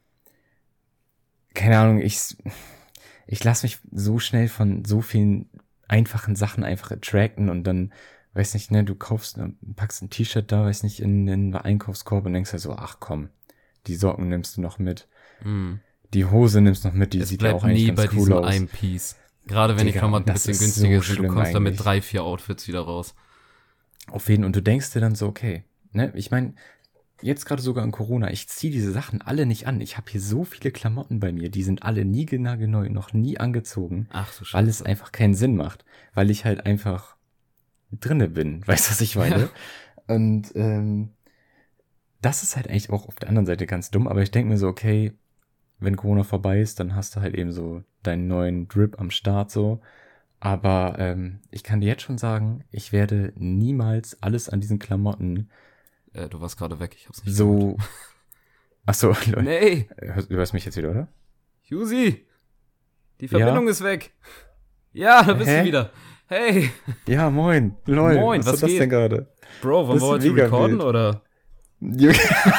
keine Ahnung, ich, ich lasse mich so schnell von so vielen einfachen Sachen einfach attracten und dann, weiß nicht, ne, du kaufst, packst ein T-Shirt da, weiß nicht, in den Einkaufskorb und denkst ja so, ach komm, die Socken nimmst du noch mit, Mhm. die Hose nimmst du noch mit, die Es sieht ja bleibt auch eigentlich nie ganz bei cool diesem aus. einem Piece. Gerade wenn die Digga, Klamotten ein das bisschen ist günstiger so sind, du schlimm kommst da mit eigentlich. drei, vier Outfits wieder raus. Auf jeden, und du denkst dir dann so, okay, ne, ich meine, jetzt gerade sogar in Corona, ich ziehe diese Sachen alle nicht an. Ich habe hier so viele Klamotten bei mir, die sind alle nie neu, noch nie angezogen, Ach so weil es Scheiße. einfach keinen Sinn macht, weil ich halt einfach drinne bin, weißt du, was ich meine? Und ähm, das ist halt eigentlich auch auf der anderen Seite ganz dumm, aber ich denke mir so, okay, wenn Corona vorbei ist, dann hast du halt eben so deinen neuen Drip am Start so. Aber ähm, ich kann dir jetzt schon sagen, ich werde niemals alles an diesen Klamotten Äh, du warst gerade weg, ich hab's nicht so. Achso, gehört. Nee, du hörst mich jetzt wieder, oder? Husi, die Verbindung Ja? ist weg. Ja, da bist Hä? du wieder. Hey, Ja, moin. Lol, Moin, was was ist das geht? denn gerade? Bro, wollen Das wir ist heute mega recorden wild. oder? Junge,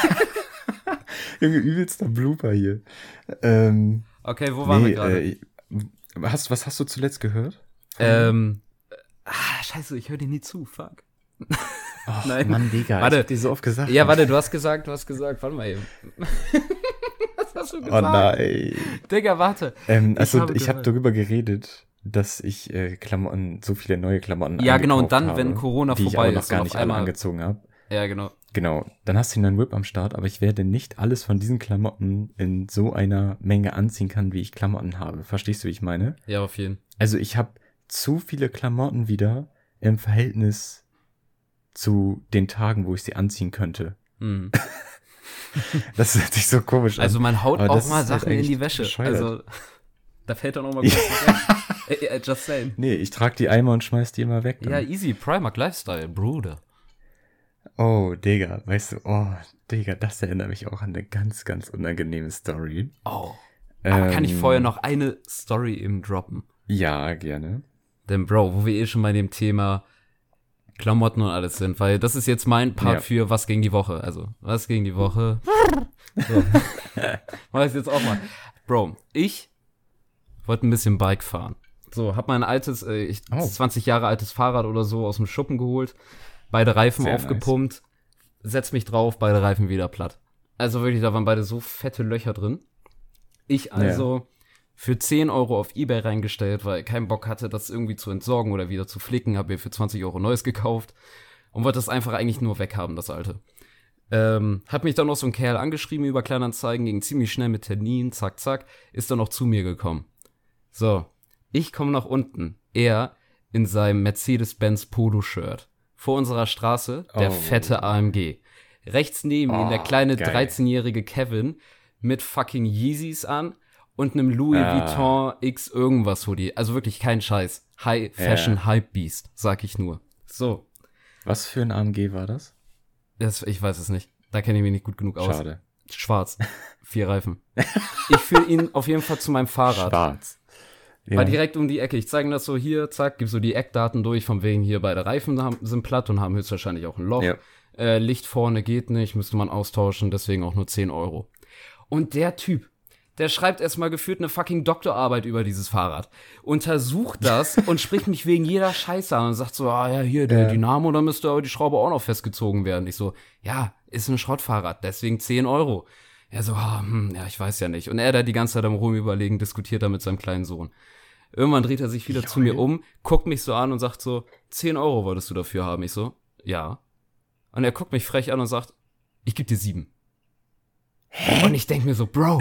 Junge, übelster Blooper hier. Ähm, Okay, wo waren nee, wir gerade? äh, hast, was hast du zuletzt gehört? Ähm, ah, scheiße, ich höre dir nie zu, fuck. Ach, nein. Mann, Digga, Warte. ich hab dir so oft gesagt. Ja, warte, du hast gesagt, du hast gesagt, warte mal eben. Was hast du Oh gesagt? nein. Digga, warte. Ähm, Ich also, habe ich habe gehört. darüber geredet, dass ich äh, Klamotten, so viele neue Klamotten Ja, genau, und eingekauft dann, wenn habe, Corona die ich vorbei aber noch ist gar und nicht auf alle einmal- angezogen habe. Ja, genau. Genau, dann hast du einen neuen Whip am Start, aber ich werde nicht alles von diesen Klamotten in so einer Menge anziehen kann, wie ich Klamotten habe. Verstehst du, wie ich meine? Ja, auf jeden. Also ich habe zu viele Klamotten wieder im Verhältnis zu den Tagen, wo ich sie anziehen könnte. Mhm. Das hört sich so komisch an. Also man haut Aber auch das mal ist halt Sachen in eigentlich die Wäsche. bescheuert. Also da fällt dann auch mal gut was weg. Äh, äh, Just saying. Nee, ich trage die einmal und schmeiß die immer weg. Dann. Ja, easy. Primark Lifestyle, Bruder. Oh, Digga, weißt du, oh, Digga, das erinnert mich auch an eine ganz, ganz unangenehme Story. Oh. Aber kann ich Ähm, vorher noch eine Story eben droppen? Ja, gerne. Denn Bro, wo wir eh schon bei dem Thema Klamotten und alles sind, weil das ist jetzt mein Part Ja. für was gegen die Woche. Also, was gegen die Woche? So. Mach ich jetzt auch mal. Bro, ich wollte ein bisschen Bike fahren. So, hab mein altes, äh, ich, Oh. zwanzig Jahre altes Fahrrad oder so aus dem Schuppen geholt, beide Reifen Sehr aufgepumpt, setz mich drauf, beide Reifen wieder platt. Also wirklich, da waren beide so fette Löcher drin. Ich also ja. für zehn Euro auf eBay reingestellt, weil ich keinen Bock hatte, das irgendwie zu entsorgen oder wieder zu flicken. Hab mir für zwanzig Euro Neues gekauft und wollte das einfach eigentlich nur weghaben, das alte. Ähm, hat mich dann noch so ein Kerl angeschrieben über Kleinanzeigen, ging ziemlich schnell mit Termin, zack, zack, ist dann noch zu mir gekommen. So, ich komme nach unten, er in seinem Mercedes-Benz Polo-Shirt. Vor unserer Straße, der oh. fette A M G. Rechts neben oh, ihm der kleine geil. dreizehnjährige Kevin mit fucking Yeezys an und einem Louis ah. Vuitton X irgendwas Hoodie. Also wirklich kein Scheiß. High Fashion ja. Hype Beast, sag ich nur. So. Was für ein A M G war das? Das, ich weiß es nicht. Da kenne ich mich nicht gut genug aus. Schade. Schwarz. Vier Reifen. Ich führe ihn auf jeden Fall zu meinem Fahrrad. Schwarz. Ja. War direkt um die Ecke. Ich zeige ihm das so hier, zack, gib so die Eckdaten durch, von wegen hier beide Reifen haben, sind platt und haben höchstwahrscheinlich auch ein Loch. Ja. Äh, Licht vorne geht nicht, müsste man austauschen, deswegen auch nur zehn Euro. Und der Typ, der schreibt erstmal gefühlt eine fucking Doktorarbeit über dieses Fahrrad. Untersucht das und spricht mich wegen jeder Scheiße an und sagt so, ah ja, hier, der ja. Dynamo, da müsste aber die Schraube auch noch festgezogen werden. Ich so, ja, ist ein Schrottfahrrad, deswegen zehn Euro. Er so, ah, hm, ja, ich weiß ja nicht. Und er da die ganze Zeit am Rumüberlegen, diskutiert da mit seinem kleinen Sohn. Irgendwann dreht er sich wieder Joi. zu mir um, guckt mich so an und sagt so, zehn Euro wolltest du dafür haben. Ich so, ja. Und er guckt mich frech an und sagt, ich geb dir sieben. Hä? Und ich denk mir so, Bro,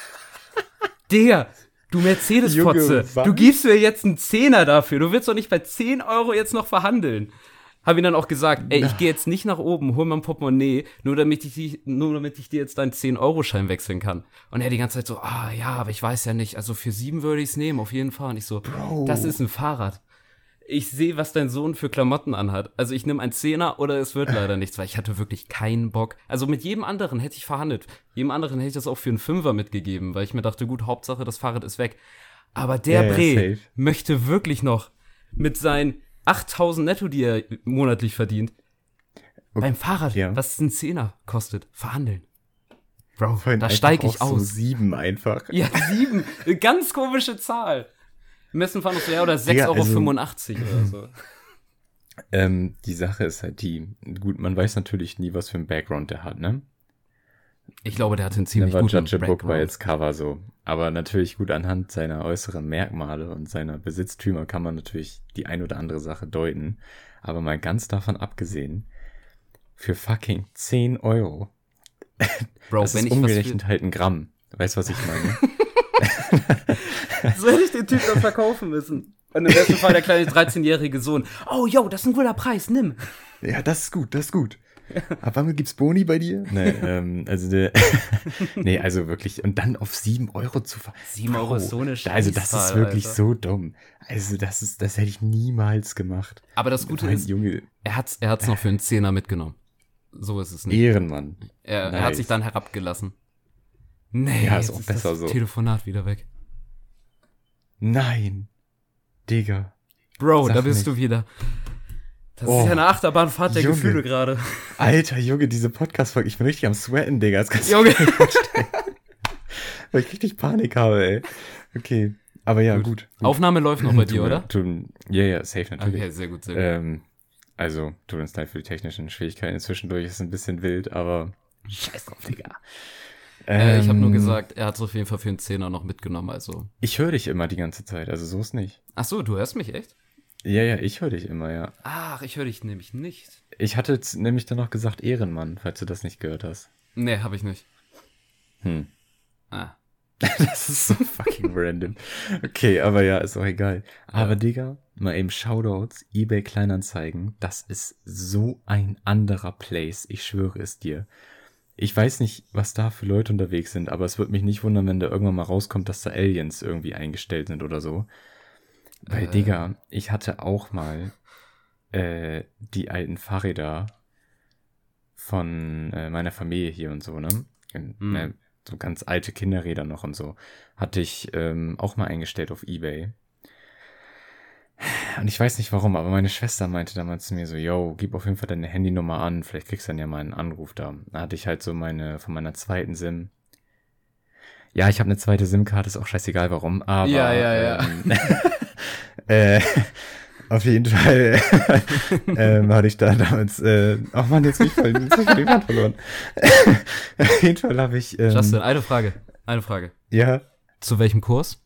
Digga, du Mercedes-Fotze, du gibst mir jetzt einen Zehner dafür, du willst doch nicht bei zehn Euro jetzt noch verhandeln. Hab ihm dann auch gesagt, ey, ich gehe jetzt nicht nach oben, hol mal ein Portemonnaie, nur damit ich, die, nur damit ich dir jetzt deinen zehn Euro Schein wechseln kann. Und er die ganze Zeit so, ah ja, aber ich weiß ja nicht, also für sieben würde ich's nehmen, auf jeden Fall. Und ich so, Bro. Das ist ein Fahrrad. Ich sehe, was dein Sohn für Klamotten anhat. Also ich nehme einen Zehner oder es wird leider nichts, weil ich hatte wirklich keinen Bock. Also mit jedem anderen hätte ich verhandelt. Jedem anderen hätte ich das auch für einen Fünfer mitgegeben, weil ich mir dachte, gut, Hauptsache das Fahrrad ist weg. Aber der ja, Bre ja, möchte wirklich noch mit seinen achttausend netto, die er monatlich verdient, okay. beim Fahrrad, ja. was ein Zehner kostet, verhandeln. Bro, da steige ich aus. So sieben einfach. Ja, sieben. Eine ganz komische Zahl. Im besten Fall noch so, ja, oder sechs Euro fünfundachtzig also, oder so. Ähm, die Sache ist halt die, gut, man weiß natürlich nie, was für ein Background der hat, ne? Ich glaube, der hat einen ziemlich guten Background. Judge Book war jetzt Cover so. Aber natürlich gut anhand seiner äußeren Merkmale und seiner Besitztümer kann man natürlich die ein oder andere Sache deuten. Aber mal ganz davon abgesehen, für fucking zehn Euro. Bro, das wenn ist ich umgerechnet was halt ein Gramm. Weißt du, was ich meine? So hätte ich den Typ dann verkaufen müssen. Und im besten Fall der kleine dreizehnjährige Sohn. Oh, yo, das ist ein guter Preis, nimm. Ja, das ist gut, das ist gut. Ab wann gibt's Boni bei dir? Nee, ähm, also der, nee, also wirklich, und dann auf sieben Euro zu fahren. sieben Euro ist so eine Scheiße. Also das ist wirklich Alter. so dumm. Also das ist, das hätte ich niemals gemacht. Aber das Gute mein ist, Junge, er hat's, er hat's noch für einen Zehner mitgenommen. So ist es nicht. Ehrenmann. Er, nice. er hat sich dann herabgelassen. Nee, ja, ist auch ist besser das so. Telefonat wieder weg. Nein. Digga. Bro, Sag da bist nicht. du wieder. Das oh, ist ja eine Achterbahnfahrt der Junge. Gefühle gerade. Alter, Junge, diese Podcast-Folge, ich bin richtig am Sweaten, Digga. Das kannst du mir nicht vorstellen. Weil ich richtig Panik habe, ey. Okay, aber ja, gut. gut. Aufnahme läuft noch bei dir, oder? Ja, ja, safe natürlich. Okay, sehr gut, sehr gut. Ähm, also, tut uns leid für die technischen Schwierigkeiten. Zwischendurch ist es ein bisschen wild, aber scheiß drauf, Digga. Äh, ich habe nur gesagt, er hat es auf jeden Fall für einen Zehner noch mitgenommen, also. Ich höre dich immer die ganze Zeit, also so ist nicht. Ach so, du hörst mich echt? Ja, ja, ich höre dich immer, ja. Ach, ich höre dich nämlich nicht. Ich hatte jetzt nämlich dann noch gesagt Ehrenmann, falls du das nicht gehört hast. Nee, habe ich nicht. Hm. Ah. Das ist so fucking random. Okay, aber ja, ist auch egal. Aber ja. Digga, mal eben Shoutouts, eBay Kleinanzeigen, das ist so ein anderer Place, ich schwöre es dir. Ich weiß nicht, was da für Leute unterwegs sind, aber es würde mich nicht wundern, wenn da irgendwann mal rauskommt, dass da Aliens irgendwie eingestellt sind oder so. Weil, äh. Digga, ich hatte auch mal äh, die alten Fahrräder von äh, meiner Familie hier und so, ne? Mhm. Äh, so ganz alte Kinderräder noch und so. Hatte ich ähm, auch mal eingestellt auf eBay. Und ich weiß nicht warum, aber meine Schwester meinte damals zu mir so, yo, gib auf jeden Fall deine Handynummer an, vielleicht kriegst du dann ja mal einen Anruf da. Da hatte ich halt so meine, von meiner zweiten SIM. Ja, ich habe eine zweite SIM-Karte, ist auch scheißegal warum, aber ja, ja, ja. Ähm, äh, auf jeden Fall ähm, hatte ich da damals, äh, oh Mann, jetzt bin ich voll, jetzt hab ich den Faden verloren. Auf jeden Fall habe ich, ähm, Justin, eine Frage, eine Frage. Ja. Zu welchem Kurs?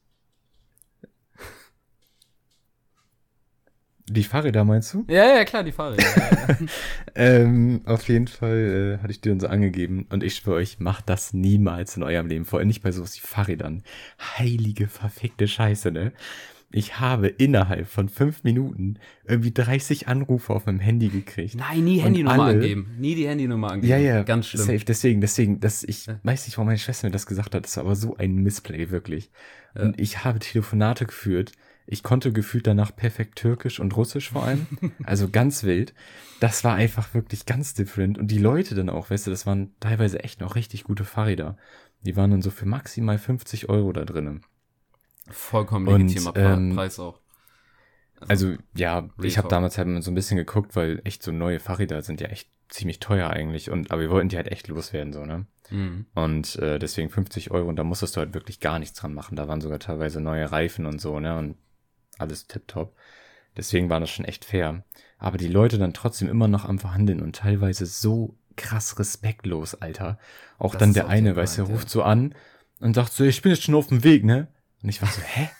Die Fahrräder meinst du? Ja, ja, klar, die Fahrräder. Ja, ja. ähm, auf jeden Fall äh, hatte ich dir dann so angegeben und ich schwöre euch, macht das niemals in eurem Leben. Vor allem nicht bei sowas wie Fahrrädern. Heilige, verfickte Scheiße, ne? Ich habe innerhalb von fünf Minuten irgendwie dreißig Anrufe auf meinem Handy gekriegt. Nein, nie Und Handynummer alle- angeben. Nie die Handynummer angeben. Ja, ja, Ganz schlimm. safe. Deswegen, deswegen, das, ich Ja. weiß nicht, warum meine Schwester mir das gesagt hat. Das war aber so ein Missplay, wirklich. Ja. Und ich habe Telefonate geführt. Ich konnte gefühlt danach perfekt Türkisch und Russisch vor allem. Also ganz wild. Das war einfach wirklich ganz different. Und die Leute dann auch, weißt du, das waren teilweise echt noch richtig gute Fahrräder. Die waren dann so für maximal fünfzig Euro da drinnen. Vollkommen Und, legitimer Pre- ähm, Preis auch. Also ja, ich habe Refuck. damals halt so ein bisschen geguckt, weil echt so neue Fahrräder sind ja echt ziemlich teuer eigentlich. Und aber wir wollten die halt echt loswerden, so, ne? Mhm. Und äh, deswegen fünfzig Euro und da musstest du halt wirklich gar nichts dran machen. Da waren sogar teilweise neue Reifen und so, ne? Und alles tipptopp. Deswegen war das schon echt fair. Aber die Leute dann trotzdem immer noch am Verhandeln und teilweise so krass respektlos, Alter. Auch Das dann ist der auch eine, der weißt du, Grind, ruft so an und sagt so, ich bin jetzt schon auf dem Weg, ne? Und ich war so, hä?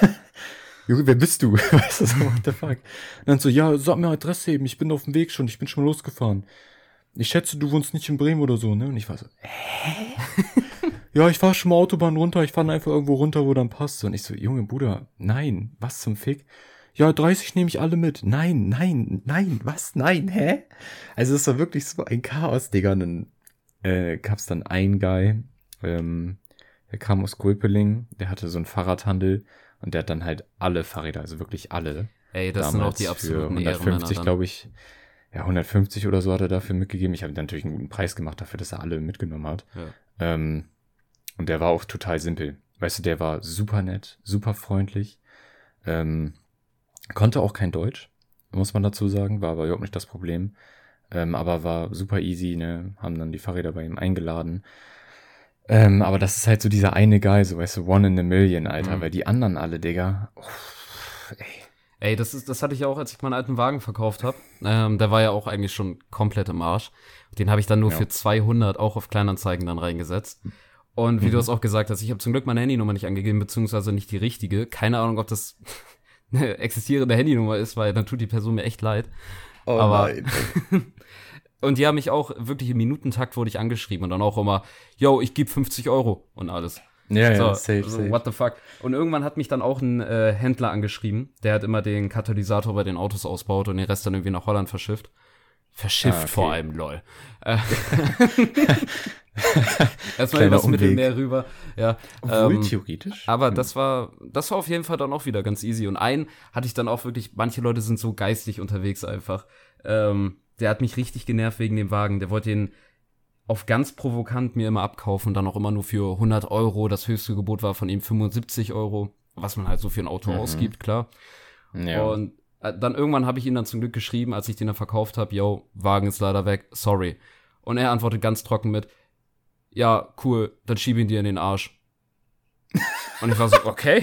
Junge, wer bist du? Weißt du, so, what the fuck? Und dann so, ja, sag mir Adresse eben, ich bin auf dem Weg schon, ich bin schon losgefahren. Ich schätze, du wohnst nicht in Bremen oder so, ne? Und ich war so, hä? Ja, ich fahr schon mal Autobahn runter, ich fahre einfach irgendwo runter, wo dann passt. Und ich so, Junge, Bruder, nein, was zum Fick? Ja, dreißig nehme ich alle mit. Nein, nein, nein, was? Nein, hä? Also es war wirklich so ein Chaos, Digga. Und dann äh, gab's dann einen Guy, ähm, der kam aus Gulpeling, der hatte so einen Fahrradhandel und der hat dann halt alle Fahrräder, also wirklich alle. Ey, das sind auch damals die für absoluten hundertfünfzig, Ehrenmänner glaube ich. Ja, hundertfünfzig oder so hat er dafür mitgegeben. Ich habe ihm natürlich einen guten Preis gemacht dafür, dass er alle mitgenommen hat. dann. Ja. Ähm, und der war auch total simpel. Weißt du, der war super nett, super freundlich. Ähm, konnte auch kein Deutsch, muss man dazu sagen, war aber überhaupt nicht das Problem. Ähm, aber war super easy, ne? Haben dann die Fahrräder bei ihm eingeladen. Ähm, aber das ist halt so dieser eine Guy, so weißt du, one in a million, Alter. Mhm. Weil die anderen alle, Digga, uff, ey. Ey, das ist, das hatte ich auch, als ich meinen alten Wagen verkauft habe. Ähm, der war ja auch eigentlich schon komplett im Arsch. Den habe ich dann nur Ja. für zweihundert auch auf Kleinanzeigen dann reingesetzt. Und wie Mhm. du es auch gesagt hast, ich habe zum Glück meine Handynummer nicht angegeben, beziehungsweise nicht die richtige. Keine Ahnung, ob das eine existierende Handynummer ist, weil dann tut die Person mir echt leid. Oh Aber- Und die haben mich auch wirklich im Minutentakt wurde ich angeschrieben und dann auch immer, yo, ich gebe fünfzig Euro und alles. Ja, So, ja, safe, so, safe. what the fuck. Und irgendwann hat mich dann auch ein äh, Händler angeschrieben, der hat immer den Katalysator bei den Autos ausbaut und den Rest dann irgendwie nach Holland verschifft. Verschifft Ah, okay. vor allem, lol. Äh, Erstmal Kleiner übers Umweg. Mittelmeer rüber. Ja, Obwohl, ähm, theoretisch. aber das war, das war auf jeden Fall dann auch wieder ganz easy. Und einen hatte ich dann auch wirklich, manche Leute sind so geistig unterwegs einfach. Ähm, der hat mich richtig genervt wegen dem Wagen. Der wollte den auf ganz provokant mir immer abkaufen und dann auch immer nur für hundert Euro. Das höchste Gebot war von ihm fünfundsiebzig Euro, was man halt so für ein Auto Mhm. ausgibt, klar. Ja. Und äh, dann irgendwann habe ich ihn dann zum Glück geschrieben, als ich den dann verkauft habe, yo, Wagen ist leider weg, sorry. Und er antwortet ganz trocken mit, ja, cool, dann schieb ihn dir in den Arsch. Und ich war so, okay,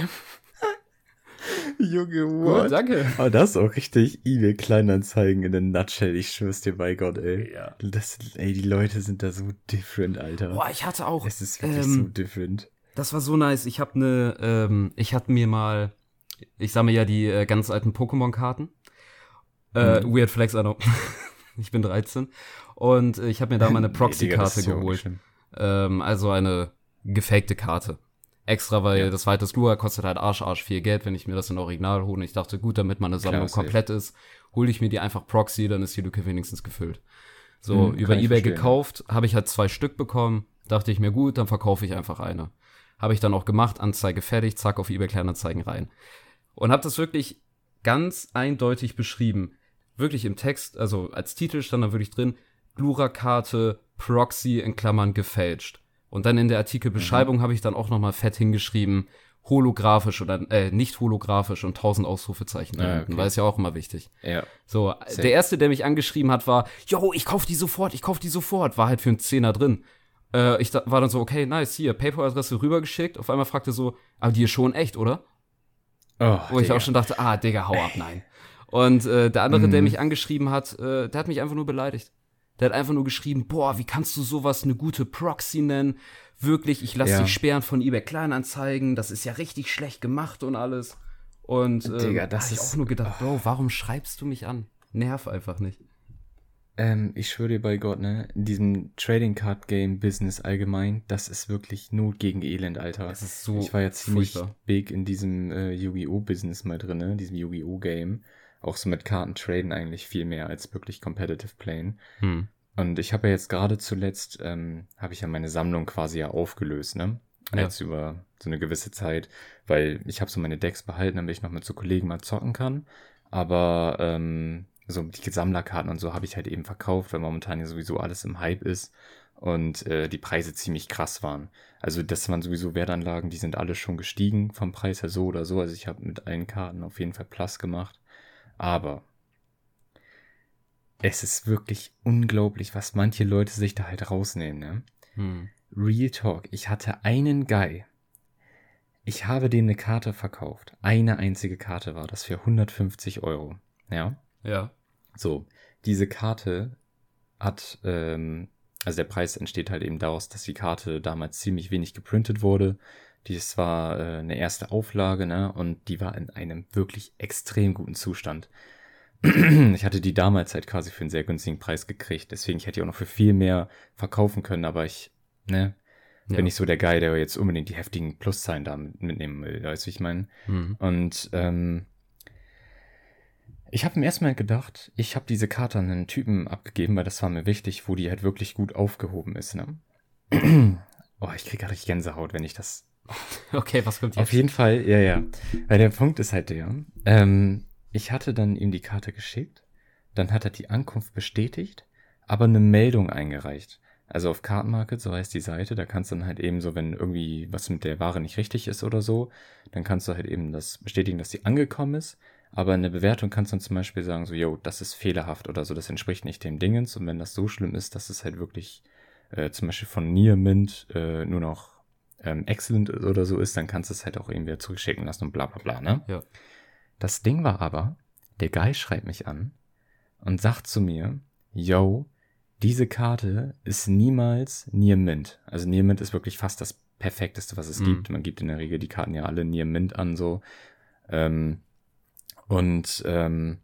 Junge, gut, danke. Aber das ist auch richtig eBay Kleinanzeigen in der Nutshell. Ich schwör's dir bei Gott, ey. Ja. Das, ey, die Leute sind da so different, Alter. Boah, ich hatte auch, Es ist wirklich ähm, so different. das war so nice. Ich habe ne, ähm, ich hatte mir mal, ich sammle ja die äh, ganz alten Pokémon-Karten. Äh, Mhm. Weird Flex, I know. Ich bin dreizehn. Und äh, ich habe mir da mal eine Nee, Digga, das Proxy-Karte ist ja auch nicht geholt. schlimm. Ähm, also eine gefakte Karte. Extra, weil Ja. das weite Lua kostet halt Arsch, Arsch viel Geld, wenn ich mir das in Original hole. Und ich dachte, gut, damit meine Sammlung Klar, safe. komplett ist, hole ich mir die einfach Proxy, dann ist die Lücke wenigstens gefüllt. So, Hm, über kann ich eBay verstehen. gekauft, habe ich halt zwei Stück bekommen. Dachte ich mir, gut, dann verkaufe ich einfach eine. Habe ich dann auch gemacht, Anzeige fertig, zack, auf eBay Kleinanzeigen rein. Und habe das wirklich ganz eindeutig beschrieben. Wirklich im Text, also als Titel stand da wirklich drin, Glura-Karte, Proxy in Klammern gefälscht. Und dann in der Artikelbeschreibung mhm. habe ich dann auch nochmal fett hingeschrieben, holographisch oder äh, nicht holographisch und tausend Ausrufezeichen Ah, hinten, okay. weil ist ja auch immer wichtig. Ja. So, Safe. der erste, der mich angeschrieben hat, war, yo, ich kauf die sofort, ich kauf die sofort, war halt für einen Zehner drin. Äh, ich da, war dann so, okay, nice, hier, PayPal-Adresse rübergeschickt, auf einmal fragte so, aber die ist schon echt, oder? Oh, Wo ich Digga. auch schon dachte, ah, Digga, hau ab, nein. Und äh, der andere, Mhm. der mich angeschrieben hat, äh, der hat mich einfach nur beleidigt. Der hat einfach nur geschrieben, boah, wie kannst du sowas eine gute Proxy nennen? Wirklich, ich lasse Ja. dich sperren von eBay Kleinanzeigen, das ist ja richtig schlecht gemacht und alles. Und ähm, Digga, das hab ich ist- auch nur gedacht, Bro, warum schreibst du mich an? Nerv einfach nicht. Ähm, ich schwöre dir bei Gott, ne, in diesem Trading Card Game Business allgemein, das ist wirklich Not gegen Elend, Alter. Es ist so Ich war ja ziemlich furchtbar. big in diesem äh, Yu-Gi-Oh! Business mal drin, ne, diesem Yu-Gi-Oh! Game. Auch so mit Karten traden eigentlich viel mehr als wirklich competitive playen. Hm. Und ich habe ja jetzt gerade zuletzt, ähm, habe ich ja meine Sammlung quasi ja aufgelöst, ne? Ja. Jetzt über so eine gewisse Zeit, weil ich habe so meine Decks behalten, damit ich noch mit so Kollegen mal zocken kann. Aber ähm, so die Sammlerkarten und so habe ich halt eben verkauft, weil momentan ja sowieso alles im Hype ist und äh, die Preise ziemlich krass waren. Also das waren sowieso Wertanlagen, die sind alle schon gestiegen vom Preis her so oder so. Also ich habe mit allen Karten auf jeden Fall Plus gemacht. Aber es ist wirklich unglaublich, was manche Leute sich da halt rausnehmen, ne? Hm. Real Talk, ich hatte einen Guy. Ich habe dem eine Karte verkauft. Eine einzige Karte war das für hundertfünfzig Euro. Ja. Ja. So, diese Karte hat, ähm, also der Preis entsteht halt eben daraus, dass die Karte damals ziemlich wenig geprintet wurde. Dies war äh, eine erste Auflage, ne? Und die war in einem wirklich extrem guten Zustand. Ich hatte die damals halt quasi für einen sehr günstigen Preis gekriegt. Deswegen, ich hätte die auch noch für viel mehr verkaufen können, aber ich, ne, Ja. bin nicht so der Guy, der jetzt unbedingt die heftigen Pluszahlen da mit- mitnehmen will, weißt du, wie ich meine? Hm. Und ähm, ich habe im ersten Mal gedacht, ich habe diese Karte an einen Typen abgegeben, weil das war mir wichtig, wo die halt wirklich gut aufgehoben ist, ne? Oh, ich krieg gerade richtig Gänsehaut, wenn ich das... Okay, was kommt Auf jetzt? jeden Fall, ja, ja. Weil der Punkt ist halt der, ähm, ich hatte dann ihm die Karte geschickt, dann hat er die Ankunft bestätigt, aber eine Meldung eingereicht. Also auf Card Market, so heißt die Seite, da kannst du dann halt eben so, wenn irgendwie was mit der Ware nicht richtig ist oder so, dann kannst du halt eben das bestätigen, dass sie angekommen ist, aber in der Bewertung kannst du dann zum Beispiel sagen, so, yo, das ist fehlerhaft oder so, das entspricht nicht dem Dingens, und wenn das so schlimm ist, dass es halt wirklich äh, zum Beispiel von Near Mint äh, nur noch ähm, excellent oder so ist, dann kannst du es halt auch eben wieder zurückschicken lassen und bla bla bla, ne? Ja. Das Ding war aber, der Guy schreibt mich an und sagt zu mir, yo, diese Karte ist niemals Near Mint. Also Near Mint ist wirklich fast das perfekteste, was es Mhm. gibt. Man gibt in der Regel die Karten ja alle Near Mint an, so. Ähm, und ähm,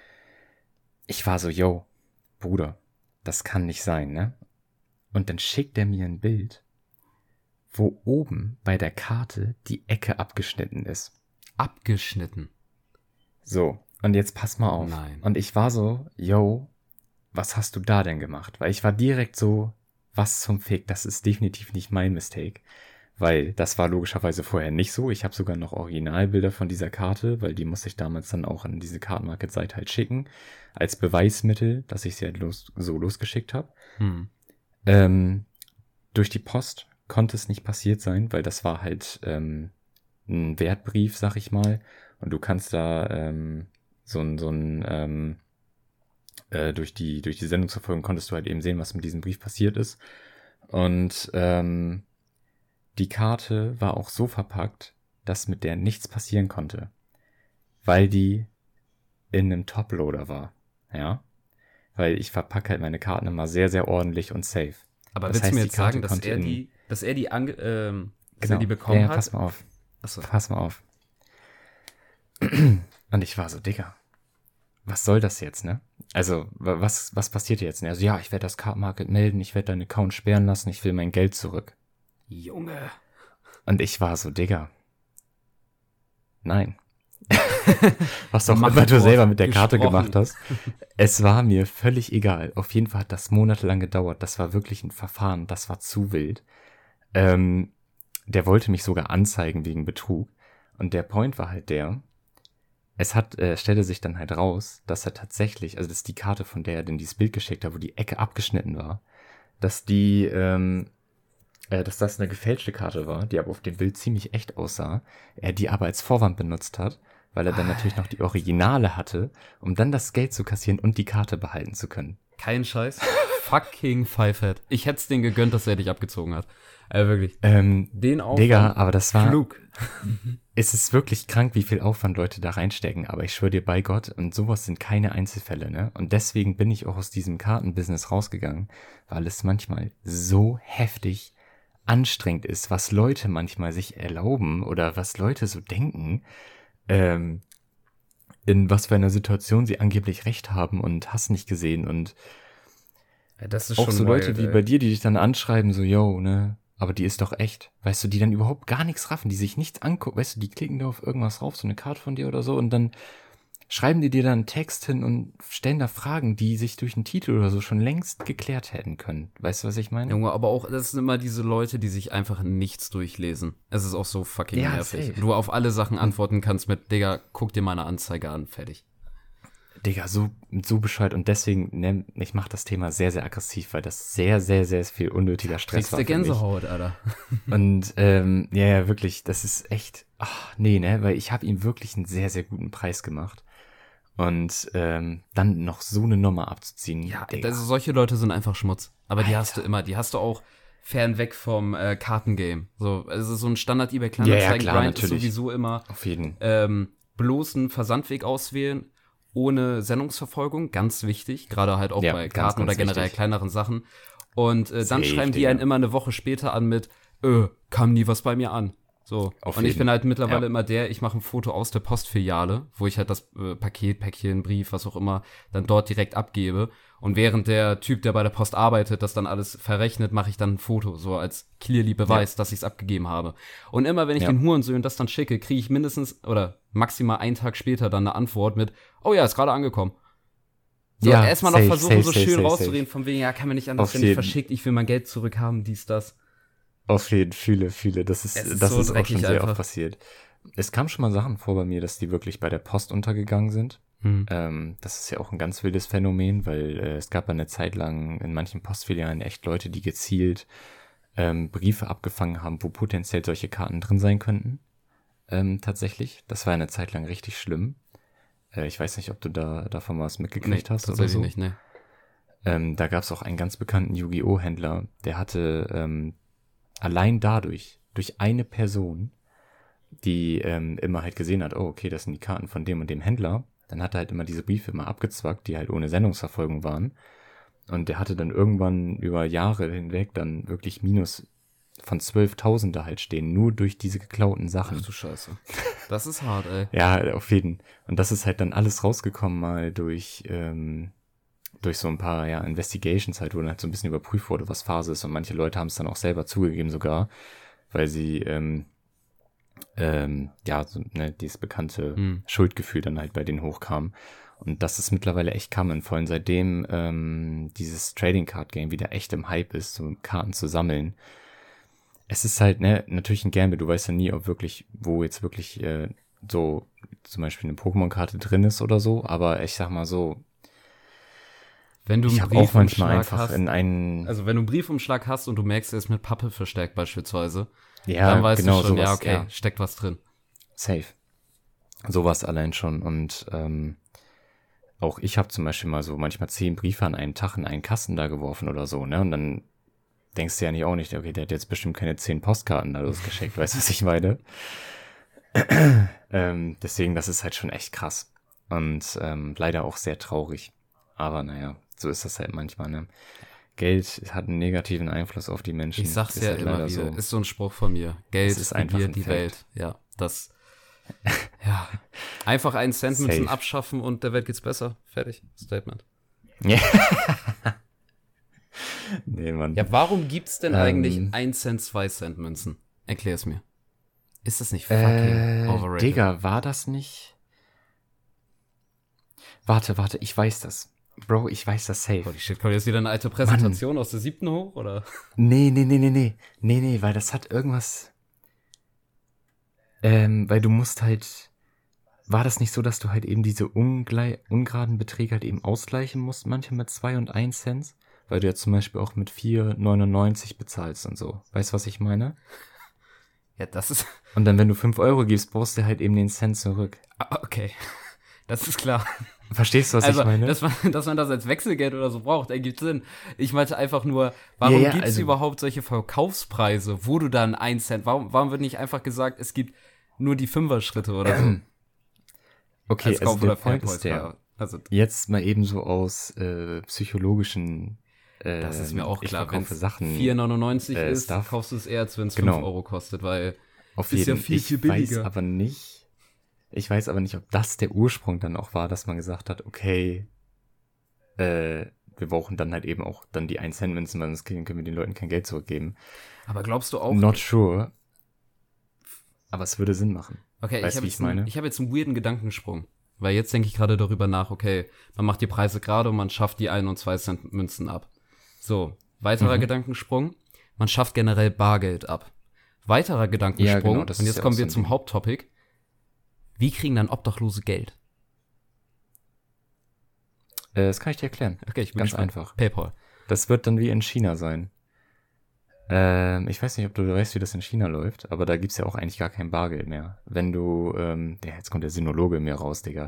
ich war so, yo, Bruder, das kann nicht sein, ne? Und dann schickt er mir ein Bild, wo oben bei der Karte die Ecke abgeschnitten ist. Abgeschnitten. So, und jetzt pass mal auf. Nein. Und ich war so, yo, was hast du da denn gemacht? Weil ich war direkt so, was zum Fick, das ist definitiv nicht mein Mistake. Weil das war logischerweise vorher nicht so. Ich habe sogar noch Originalbilder von dieser Karte, weil die musste ich damals dann auch an diese Card Market Seite halt schicken. Als Beweismittel, dass ich sie halt los, so losgeschickt habe. Hm. Ähm, durch die Post konnte es nicht passiert sein, weil das war halt ähm, ein Wertbrief, sag ich mal. Und du kannst da ähm, so ein, so ein ähm, äh, durch die durch die Sendungsverfolgung konntest du halt eben sehen, was mit diesem Brief passiert ist. Und ähm, die Karte war auch so verpackt, dass mit der nichts passieren konnte, weil die in einem Toploader war, ja. Weil ich verpacke halt meine Karten immer sehr, sehr ordentlich und safe. Aber Das willst du heißt, mir die jetzt Karte sagen, dass konnte er in- die, dass er die, ange, ähm, dass Genau. er die bekommen ja, ja, hat? pass mal auf. Achso. Pass mal auf. Und ich war so, Digga, was soll das jetzt, ne? Also, wa- was, was passiert jetzt? Ne? Also, ja, ich werde das Card Market melden, ich werde deinen Account sperren lassen, ich will mein Geld zurück. Junge. Und ich war so, Digga, nein. Was auch Mach immer du Wort selber mit der Karte gesprochen. gemacht hast. Es war mir völlig egal. Auf jeden Fall hat das monatelang gedauert. Das war wirklich ein Verfahren. Das war zu wild. Ähm, der wollte mich sogar anzeigen wegen Betrug. Und der Point war halt der, es hat, äh, stellte sich dann halt raus, dass er tatsächlich, also das ist die Karte, von der er denn dieses Bild geschickt hat, wo die Ecke abgeschnitten war, dass die, ähm, äh, dass das eine gefälschte Karte war, die aber auf dem Bild ziemlich echt aussah, er die aber als Vorwand benutzt hat, weil er dann natürlich noch die Originale hatte, um dann das Geld zu kassieren und die Karte behalten zu können. Kein Scheiß. Fucking Pfeifett. Ich hätte es denen gegönnt, dass er dich abgezogen hat. Also wirklich. Ähm, Den Aufwand. Digga, aber das war, Flug. es ist wirklich krank, wie viel Aufwand Leute da reinstecken, aber ich schwöre dir bei Gott, und sowas sind keine Einzelfälle, ne? Und deswegen bin ich auch aus diesem Kartenbusiness rausgegangen, weil es manchmal so heftig anstrengend ist, was Leute manchmal sich erlauben oder was Leute so denken, ähm, in was für einer Situation sie angeblich recht haben und hast nicht gesehen und Ja, das ist auch schon so Leute wild, wie ey. bei dir, die dich dann anschreiben, so, yo, ne, aber die ist doch echt. Weißt du, die dann überhaupt gar nichts raffen, die sich nichts angucken, weißt du, die klicken da auf irgendwas rauf, so eine Karte von dir oder so und dann schreiben die dir dann einen Text hin und stellen da Fragen, die sich durch einen Titel oder so schon längst geklärt hätten können. Weißt du, was ich meine? Junge, aber auch, das sind immer diese Leute, die sich einfach nichts durchlesen. Es ist auch so fucking Ja, nervig. safe. Du auf alle Sachen antworten kannst mit, Digga, guck dir meine Anzeige an, fertig. Digga, so, so bescheuert und deswegen, ne, ich mach das Thema sehr, sehr aggressiv, weil das sehr, sehr, sehr viel unnötiger Stress Kriegst war du für mich. Gänsehaut, Alter. Und ähm, ja, ja, wirklich, das ist echt, ach, nee, ne, weil ich habe ihm wirklich einen sehr, sehr guten Preis gemacht. Und ähm, dann noch so eine Nummer abzuziehen. Ja, Digga. also solche Leute sind einfach Schmutz. Aber die Alter. hast du immer. Die hast du auch fernweg vom äh, Kartengame. So, also so ein Standard eBay Ja, ja, Kleinanzeigen klar, Grind ist natürlich. sowieso immer Auf jeden. ähm, bloß einen Versandweg auswählen, ohne Sendungsverfolgung, ganz wichtig. Gerade halt auch Ja, bei ganz, Karten oder ganz generell wichtig. kleineren Sachen. Und äh, dann Safe, schreiben die Digga. einen immer eine Woche später an mit, äh, kam nie was bei mir an. So. Auf und ich jeden. bin halt mittlerweile Ja. immer der, ich mache ein Foto aus der Postfiliale, wo ich halt das äh, Paket, Päckchen, Brief, was auch immer, dann dort direkt abgebe. Und während der Typ, der bei der Post arbeitet, das dann alles verrechnet, mache ich dann ein Foto, so als clearly Beweis, dass ich es abgegeben habe. Und immer, wenn ich Ja. den Hurensöhnen das dann schicke, kriege ich mindestens oder maximal einen Tag später dann eine Antwort mit, oh ja, ist gerade angekommen. So, Ja, erstmal noch safe, versuchen, safe, so safe, schön safe, rauszureden, von wegen, ja, kann mir nicht anders, Auf wenn ich jeden. verschickt, ich will mein Geld zurückhaben, dies, das. Auf jeden, fühle, fühle. Das ist, Es ist das so ist auch dreckig schon sehr einfach. oft passiert. Es kam schon mal Sachen vor bei mir, dass die wirklich bei der Post untergegangen sind. Hm. Ähm, das ist ja auch ein ganz wildes Phänomen, weil äh, es gab ja eine Zeit lang in manchen Postfilialen echt Leute, die gezielt ähm, Briefe abgefangen haben, wo potenziell solche Karten drin sein könnten. Ähm, tatsächlich. Das war eine Zeit lang richtig schlimm. Äh, ich weiß nicht, ob du da davon was mitgekriegt hast oder tatsächlich so. nicht, ne. Ähm, da gab es auch einen ganz bekannten Yu-Gi-Oh! Händler, der hatte ähm, allein dadurch, durch eine Person, die ähm, immer halt gesehen hat, oh, okay, das sind die Karten von dem und dem Händler, dann hat er halt immer diese Briefe immer abgezwackt, die halt ohne Sendungsverfolgung waren. Und der hatte dann irgendwann über Jahre hinweg dann wirklich Minus von zwölftausend da halt stehen, nur durch diese geklauten Sachen. Ach du Scheiße. Das ist hart, ey. Ja, auf jeden. Und das ist halt dann alles rausgekommen mal durch, ähm, durch so ein paar, ja, Investigations halt, wo dann halt so ein bisschen überprüft wurde, was Phase ist. Und manche Leute haben es dann auch selber zugegeben sogar, weil sie, ähm, ähm, ja, so, ne, dieses bekannte Hm. Schuldgefühl dann halt bei denen hochkam. Und das ist mittlerweile echt common, vor allem seitdem ähm, dieses Trading Card Game wieder echt im Hype ist, so Karten zu sammeln. Es ist halt, ne, natürlich ein Gamble, du weißt ja nie, ob wirklich, wo jetzt wirklich äh, so zum Beispiel eine Pokémon-Karte drin ist oder so, aber ich sag mal so, Wenn du ich einen habe auch manchmal Briefumschlag einfach hast, in einen, also wenn du einen Briefumschlag hast und du merkst, er ist mit Pappe verstärkt beispielsweise, ja, dann weißt genau du schon, sowas, ja, okay, ja. steckt was drin. Safe. Sowas allein schon. Und ähm, auch ich habe zum Beispiel mal so manchmal zehn Briefe an einen Tag in einen Kasten da geworfen oder so, ne? Und dann denkst du ja nicht auch nicht, okay, der hat jetzt bestimmt keine zehn Postkarten da losgeschickt, weißt du, was ich meine? ähm, deswegen, das ist halt schon echt krass. Und ähm, leider auch sehr traurig. Aber naja, so ist das halt manchmal, ne? Geld hat einen negativen Einfluss auf die Menschen. Ich sag's Ist ja halt immer leider wieder, so. ist so ein Spruch von mir. Geld Es ist einfach regiert ein die Fact. Welt. Ja, das, ja. Einfach einen Cent Münzen Safe. abschaffen und der Welt geht's besser. Fertig. Statement. Ja. Nee, Mann. Ja, warum gibt's denn Ähm. eigentlich ein Cent, zwei Cent Münzen? Erklär's mir. Ist das nicht fucking Äh, overrated? Digga, war das nicht? Warte, warte, ich weiß das. Bro, ich weiß das safe. Holy shit, kommt jetzt wieder eine alte Präsentation aus der siebten hoch, oder? Nee, nee, nee, nee, nee. Nee, nee, weil das hat irgendwas. Ähm, weil du musst halt. War das nicht so, dass du halt eben diese unglei- ungeraden Beträge halt eben ausgleichen musst, manchmal mit zwei und ein Cent? Weil du ja zum Beispiel auch mit vier neunundneunzig bezahlst und so. Weißt du, was ich meine? Ja, das ist, Und dann, wenn du fünf Euro gibst, brauchst du halt eben den Cent zurück. ah, okay. Das ist klar. Verstehst du, was also, ich meine? Dass man, dass man das als Wechselgeld oder so braucht, ergibt Sinn. Ich meinte einfach nur, warum Ja, ja, gibt es also- überhaupt solche Verkaufspreise, wo du dann ein Cent, warum, warum wird nicht einfach gesagt, es gibt nur die Fünfer-Schritte oder so? Okay, als also Kauf- der oder Point ist Verkaufspreis. der, Also, jetzt mal eben so aus äh, psychologischen äh, das ist mir auch ich klar, wenn verkaufe es Sachen vier neunundneunzig äh, ist, Stuff. kaufst du es eher, als wenn es Genau. fünf Euro kostet, weil Auf ist jeden ja viel, ich viel weiß billiger. aber nicht, ich weiß aber nicht, ob das der Ursprung dann auch war, dass man gesagt hat, okay, äh, wir brauchen dann halt eben auch dann die ein Cent Münzen, weil sonst können wir den Leuten kein Geld zurückgeben. Aber glaubst du auch, Not sure. Aber es würde Sinn machen. okay, Weißt ich habe wie jetzt, ich meine? einen- ich hab jetzt einen weirden Gedankensprung. Weil jetzt denke ich gerade darüber nach, okay, man macht die Preise gerade und man schafft die ein und zwei Cent Münzen ab. So, weiterer Mhm. Gedankensprung, man schafft generell Bargeld ab. Weiterer Gedankensprung, Ja, genau, das und ist jetzt ja kommen auch wir so ein zum Ding. Haupttopic. Wie kriegen dann Obdachlose Geld? Äh, das kann ich dir erklären. Okay, ich bin Ganz gespannt. einfach. PayPal. Das wird dann wie in China sein. Ähm, ich weiß nicht, ob du weißt, wie das in China läuft, aber da gibt's ja auch eigentlich gar kein Bargeld mehr. Wenn du, ähm, ja, jetzt kommt der Sinologe in mir raus, Digga.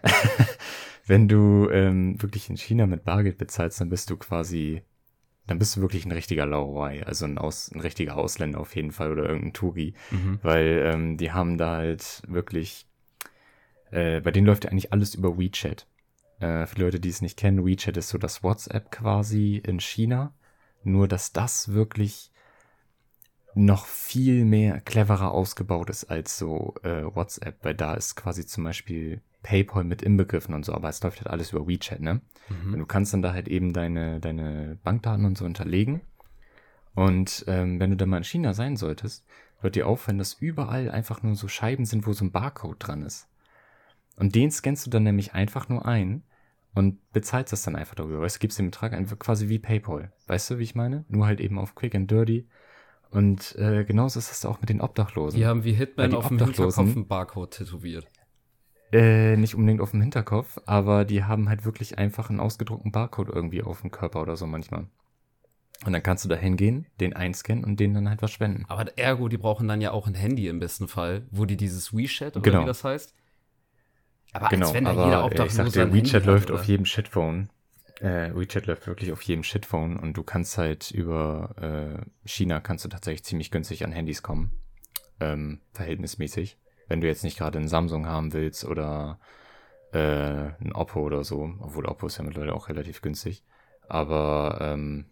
Wenn du ähm, wirklich in China mit Bargeld bezahlst, dann bist du quasi, dann bist du wirklich ein richtiger Laowai, also ein, Aus, ein richtiger Ausländer auf jeden Fall oder irgendein Touri, Mhm. weil ähm, die haben da halt wirklich, äh, bei denen läuft ja eigentlich alles über WeChat. Äh, für Leute, die es nicht kennen, WeChat ist so das WhatsApp quasi in China. Nur, dass das wirklich noch viel mehr cleverer ausgebaut ist als so äh, WhatsApp, weil da ist quasi zum Beispiel PayPal mit inbegriffen und so, aber es läuft halt alles über WeChat, ne? Mhm. Und du kannst dann da halt eben deine, deine Bankdaten und so hinterlegen. Und ähm, wenn du dann mal in China sein solltest, wird dir auffallen, dass überall einfach nur so Scheiben sind, wo so ein Barcode dran ist. Und den scannst du dann nämlich einfach nur ein und bezahlst das dann einfach darüber. Weißt du, gibst den Betrag einfach quasi wie PayPal. Weißt du, wie ich meine? Nur halt eben auf Quick and Dirty. Und äh, genauso ist das auch mit den Obdachlosen. Die haben wie Weil Hitman die auf dem Obdachlosen- Hinterkopf einen Barcode tätowiert. Äh, nicht unbedingt auf dem Hinterkopf, aber die haben halt wirklich einfach einen ausgedruckten Barcode irgendwie auf dem Körper oder so manchmal. Und dann kannst du da hingehen, den einscannen und denen dann halt was spenden. Aber ergo, die brauchen dann ja auch ein Handy im besten Fall, wo die dieses WeChat oder Genau. wie das heißt. Aber Genau, als wenn da jeder aber äh, ich sag Obdachlose dir, ein Handy WeChat hat, läuft oder? auf jedem Shitphone. Äh, WeChat läuft wirklich auf jedem Shitphone und du kannst halt über äh, China kannst du tatsächlich ziemlich günstig an Handys kommen. Ähm, verhältnismäßig. Wenn du jetzt nicht gerade einen Samsung haben willst oder äh, ein Oppo oder so, obwohl Oppo ist ja mittlerweile auch relativ günstig. Aber ähm,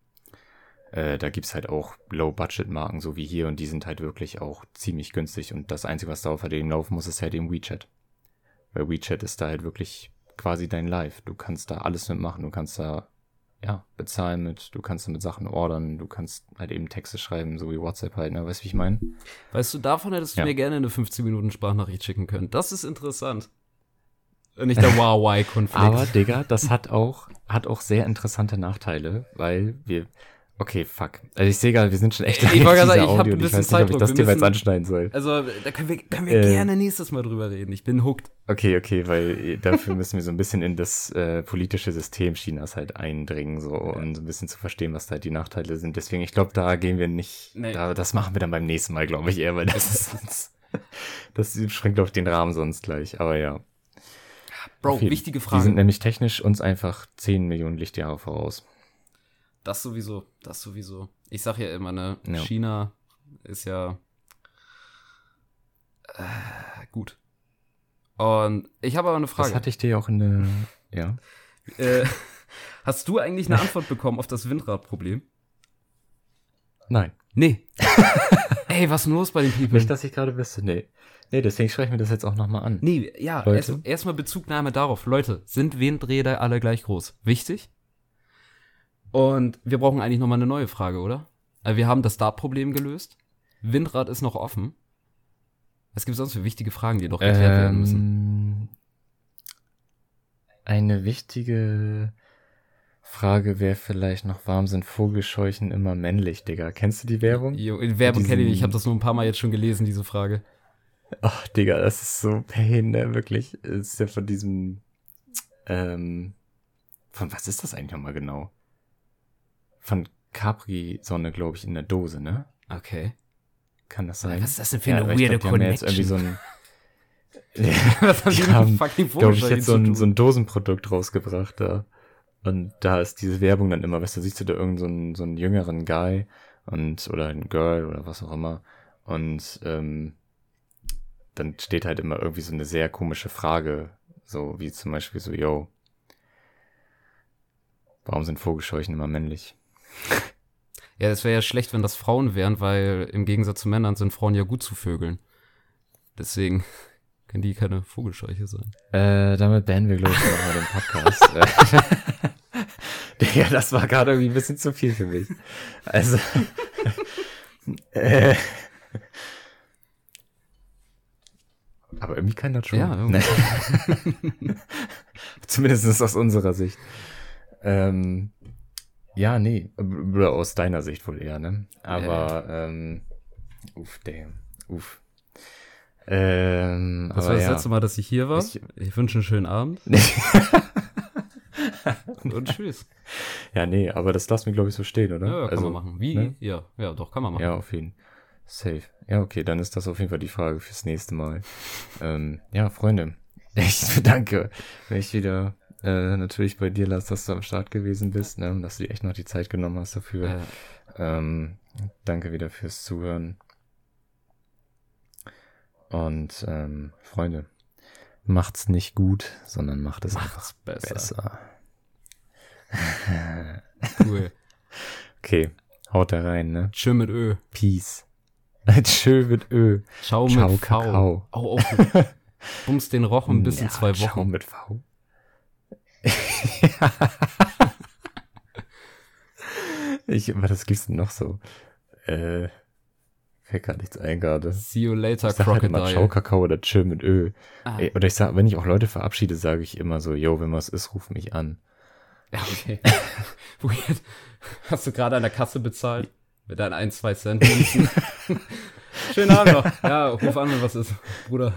äh, da gibt's halt auch Low-Budget-Marken, so wie hier, und die sind halt wirklich auch ziemlich günstig. Und das Einzige, was darauf halt eben laufen muss, ist halt eben WeChat. Weil WeChat ist da halt wirklich quasi dein Live. Du kannst da alles mitmachen. Du kannst da, ja, bezahlen mit, du kannst da mit Sachen ordern, du kannst halt eben Texte schreiben, so wie WhatsApp halt, ne? Weißt du, wie ich meine? Weißt du, davon hättest du Ja. mir gerne eine fünfzehn Minuten Sprachnachricht schicken können. Das ist interessant. Nicht der Huawei-Konflikt. Aber, Digga, das hat auch, hat auch sehr interessante Nachteile, weil wir, okay, fuck. Also ich sehe gerade, wir sind schon echt Ich lange in wollte gerade dieser sagen, ich hab Audio ein und ich bisschen weiß nicht, ob ich Zeitdruck. das Wir Thema jetzt müssen- anschneiden soll. Also, da können wir, können wir Äh. gerne nächstes Mal drüber reden. Ich bin hooked. Okay, okay, weil dafür müssen wir so ein bisschen in das äh, politische System Chinas halt eindringen, so, um so ein bisschen zu verstehen, was da halt die Nachteile sind. Deswegen, ich glaube, da gehen wir nicht, Nee. da, das machen wir dann beim nächsten Mal, glaube ich eher, weil das ist sonst, das sprengt auf den Rahmen sonst gleich, aber ja. Bro, Auf jeden- wichtige Die Frage. sind nämlich technisch uns einfach zehn Millionen Lichtjahre voraus. Das sowieso, das sowieso. Ich sag ja immer, ne, Ja. China ist ja äh, gut. Und ich habe aber eine Das Frage. hatte ich dir auch in der, ja. Äh, hast du eigentlich eine Antwort bekommen auf das Windradproblem? Nein. Nee. Ey, was ist denn los bei den People? Nicht, dass ich gerade wüsste, nee. Nee, deswegen sprechen wir das jetzt auch nochmal an. Nee, ja, Leute. erst- erstmal Bezugnahme darauf. Leute, sind Windräder alle gleich groß? Wichtig. Und wir brauchen eigentlich nochmal eine neue Frage, oder? Also wir haben das Startproblem gelöst. Windrad ist noch offen. Was gibt es sonst für wichtige Fragen, die noch geklärt werden müssen? Ähm, eine wichtige Frage wäre vielleicht noch, warum sind Vogelscheuchen immer männlich, Digga? Kennst du die Werbung? Jo, in Werbung diesen- kenne ich nicht. Ich habe das nur ein paar Mal jetzt schon gelesen, diese Frage. Ach, Digga, das ist so pain, ne? Wirklich. Das ist ja von diesem, ähm, von was ist das eigentlich nochmal genau? Von Capri-Sonne, glaube ich, in der Dose, ne? Okay. Kann das sein? Was ist das denn für Ja, eine aber ich weirde glaub, die haben ja jetzt irgendwie Connection? so ein, Was haben die, die mit haben, fucking glaube ich, Vogelscheuchen jetzt so zu ein, tun? so ein Dosenprodukt rausgebracht da. Und da ist diese Werbung dann immer, weißt du, siehst du da irgend so einen, so einen jüngeren Guy und oder ein Girl oder was auch immer. Und ähm, dann steht halt immer irgendwie so eine sehr komische Frage, so wie zum Beispiel so, yo, warum sind Vogelscheuchen immer männlich? Ja, es wäre ja schlecht, wenn das Frauen wären, weil im Gegensatz zu Männern sind Frauen ja gut zu Vögeln. Deswegen können die keine Vogelscheuche sein. Äh, damit beenden wir, glaube ich, nochmal den Podcast. Ja, das war gerade irgendwie ein bisschen zu viel für mich. Also, äh, aber irgendwie kann das schon. Ja, irgendwie. Ne? Zumindest aus unserer Sicht. Ähm, ja, nee, oder aus deiner Sicht wohl eher, ne? Aber, ja. ähm, uff, damn, uff. Ähm, das aber war das ja. letzte Mal, dass ich hier war. Ich, ich wünsche einen schönen Abend. und, und tschüss. Ja, nee, aber das lassen wir, glaube ich, so stehen, oder? Ja, ja kann also, man machen. Wie? Ne? Ja, ja, doch, kann man machen. Ja, auf jeden Fall. Safe. Ja, okay, dann ist das auf jeden Fall die Frage fürs nächste Mal. ähm, ja, Freunde, ich bedanke mich wieder äh, natürlich bei dir, Lars, dass du am Start gewesen bist, ne, und dass du dir echt noch die Zeit genommen hast dafür. Äh, Ähm, danke wieder fürs Zuhören. Und ähm, Freunde, macht's nicht gut, sondern macht es macht's besser. besser. Cool. Okay, haut da rein, ne? Tschö mit Ö. Peace. Tschö mit Ö. Ciao, Ciao, mit V. Kakao. Au, auf. Bums den Rochen bis in Ja, zwei Ciao Wochen. mit V. Ich, aber das gibt's denn noch so. Äh, fällt gar nichts ein gerade. See you later, Ich sag halt immer Crocodile. Ciao Kakao oder Chill mit Ö. Ah. Ey, oder ich sag, wenn ich auch Leute verabschiede, sage ich immer so, yo, wenn was ist, ruf mich an. Ja, okay. Weird. Hast du gerade an der Kasse bezahlt? Mit deinen ein, zwei Cent Münzen? Schönen Abend noch. Ja, ruf an, wenn was ist, Bruder.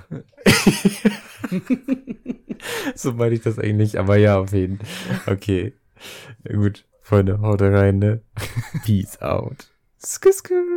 So meine ich das eigentlich nicht, aber ja, auf jeden Fall. Okay. Gut, Freunde, haut rein, ne? Peace out. Skr, skr.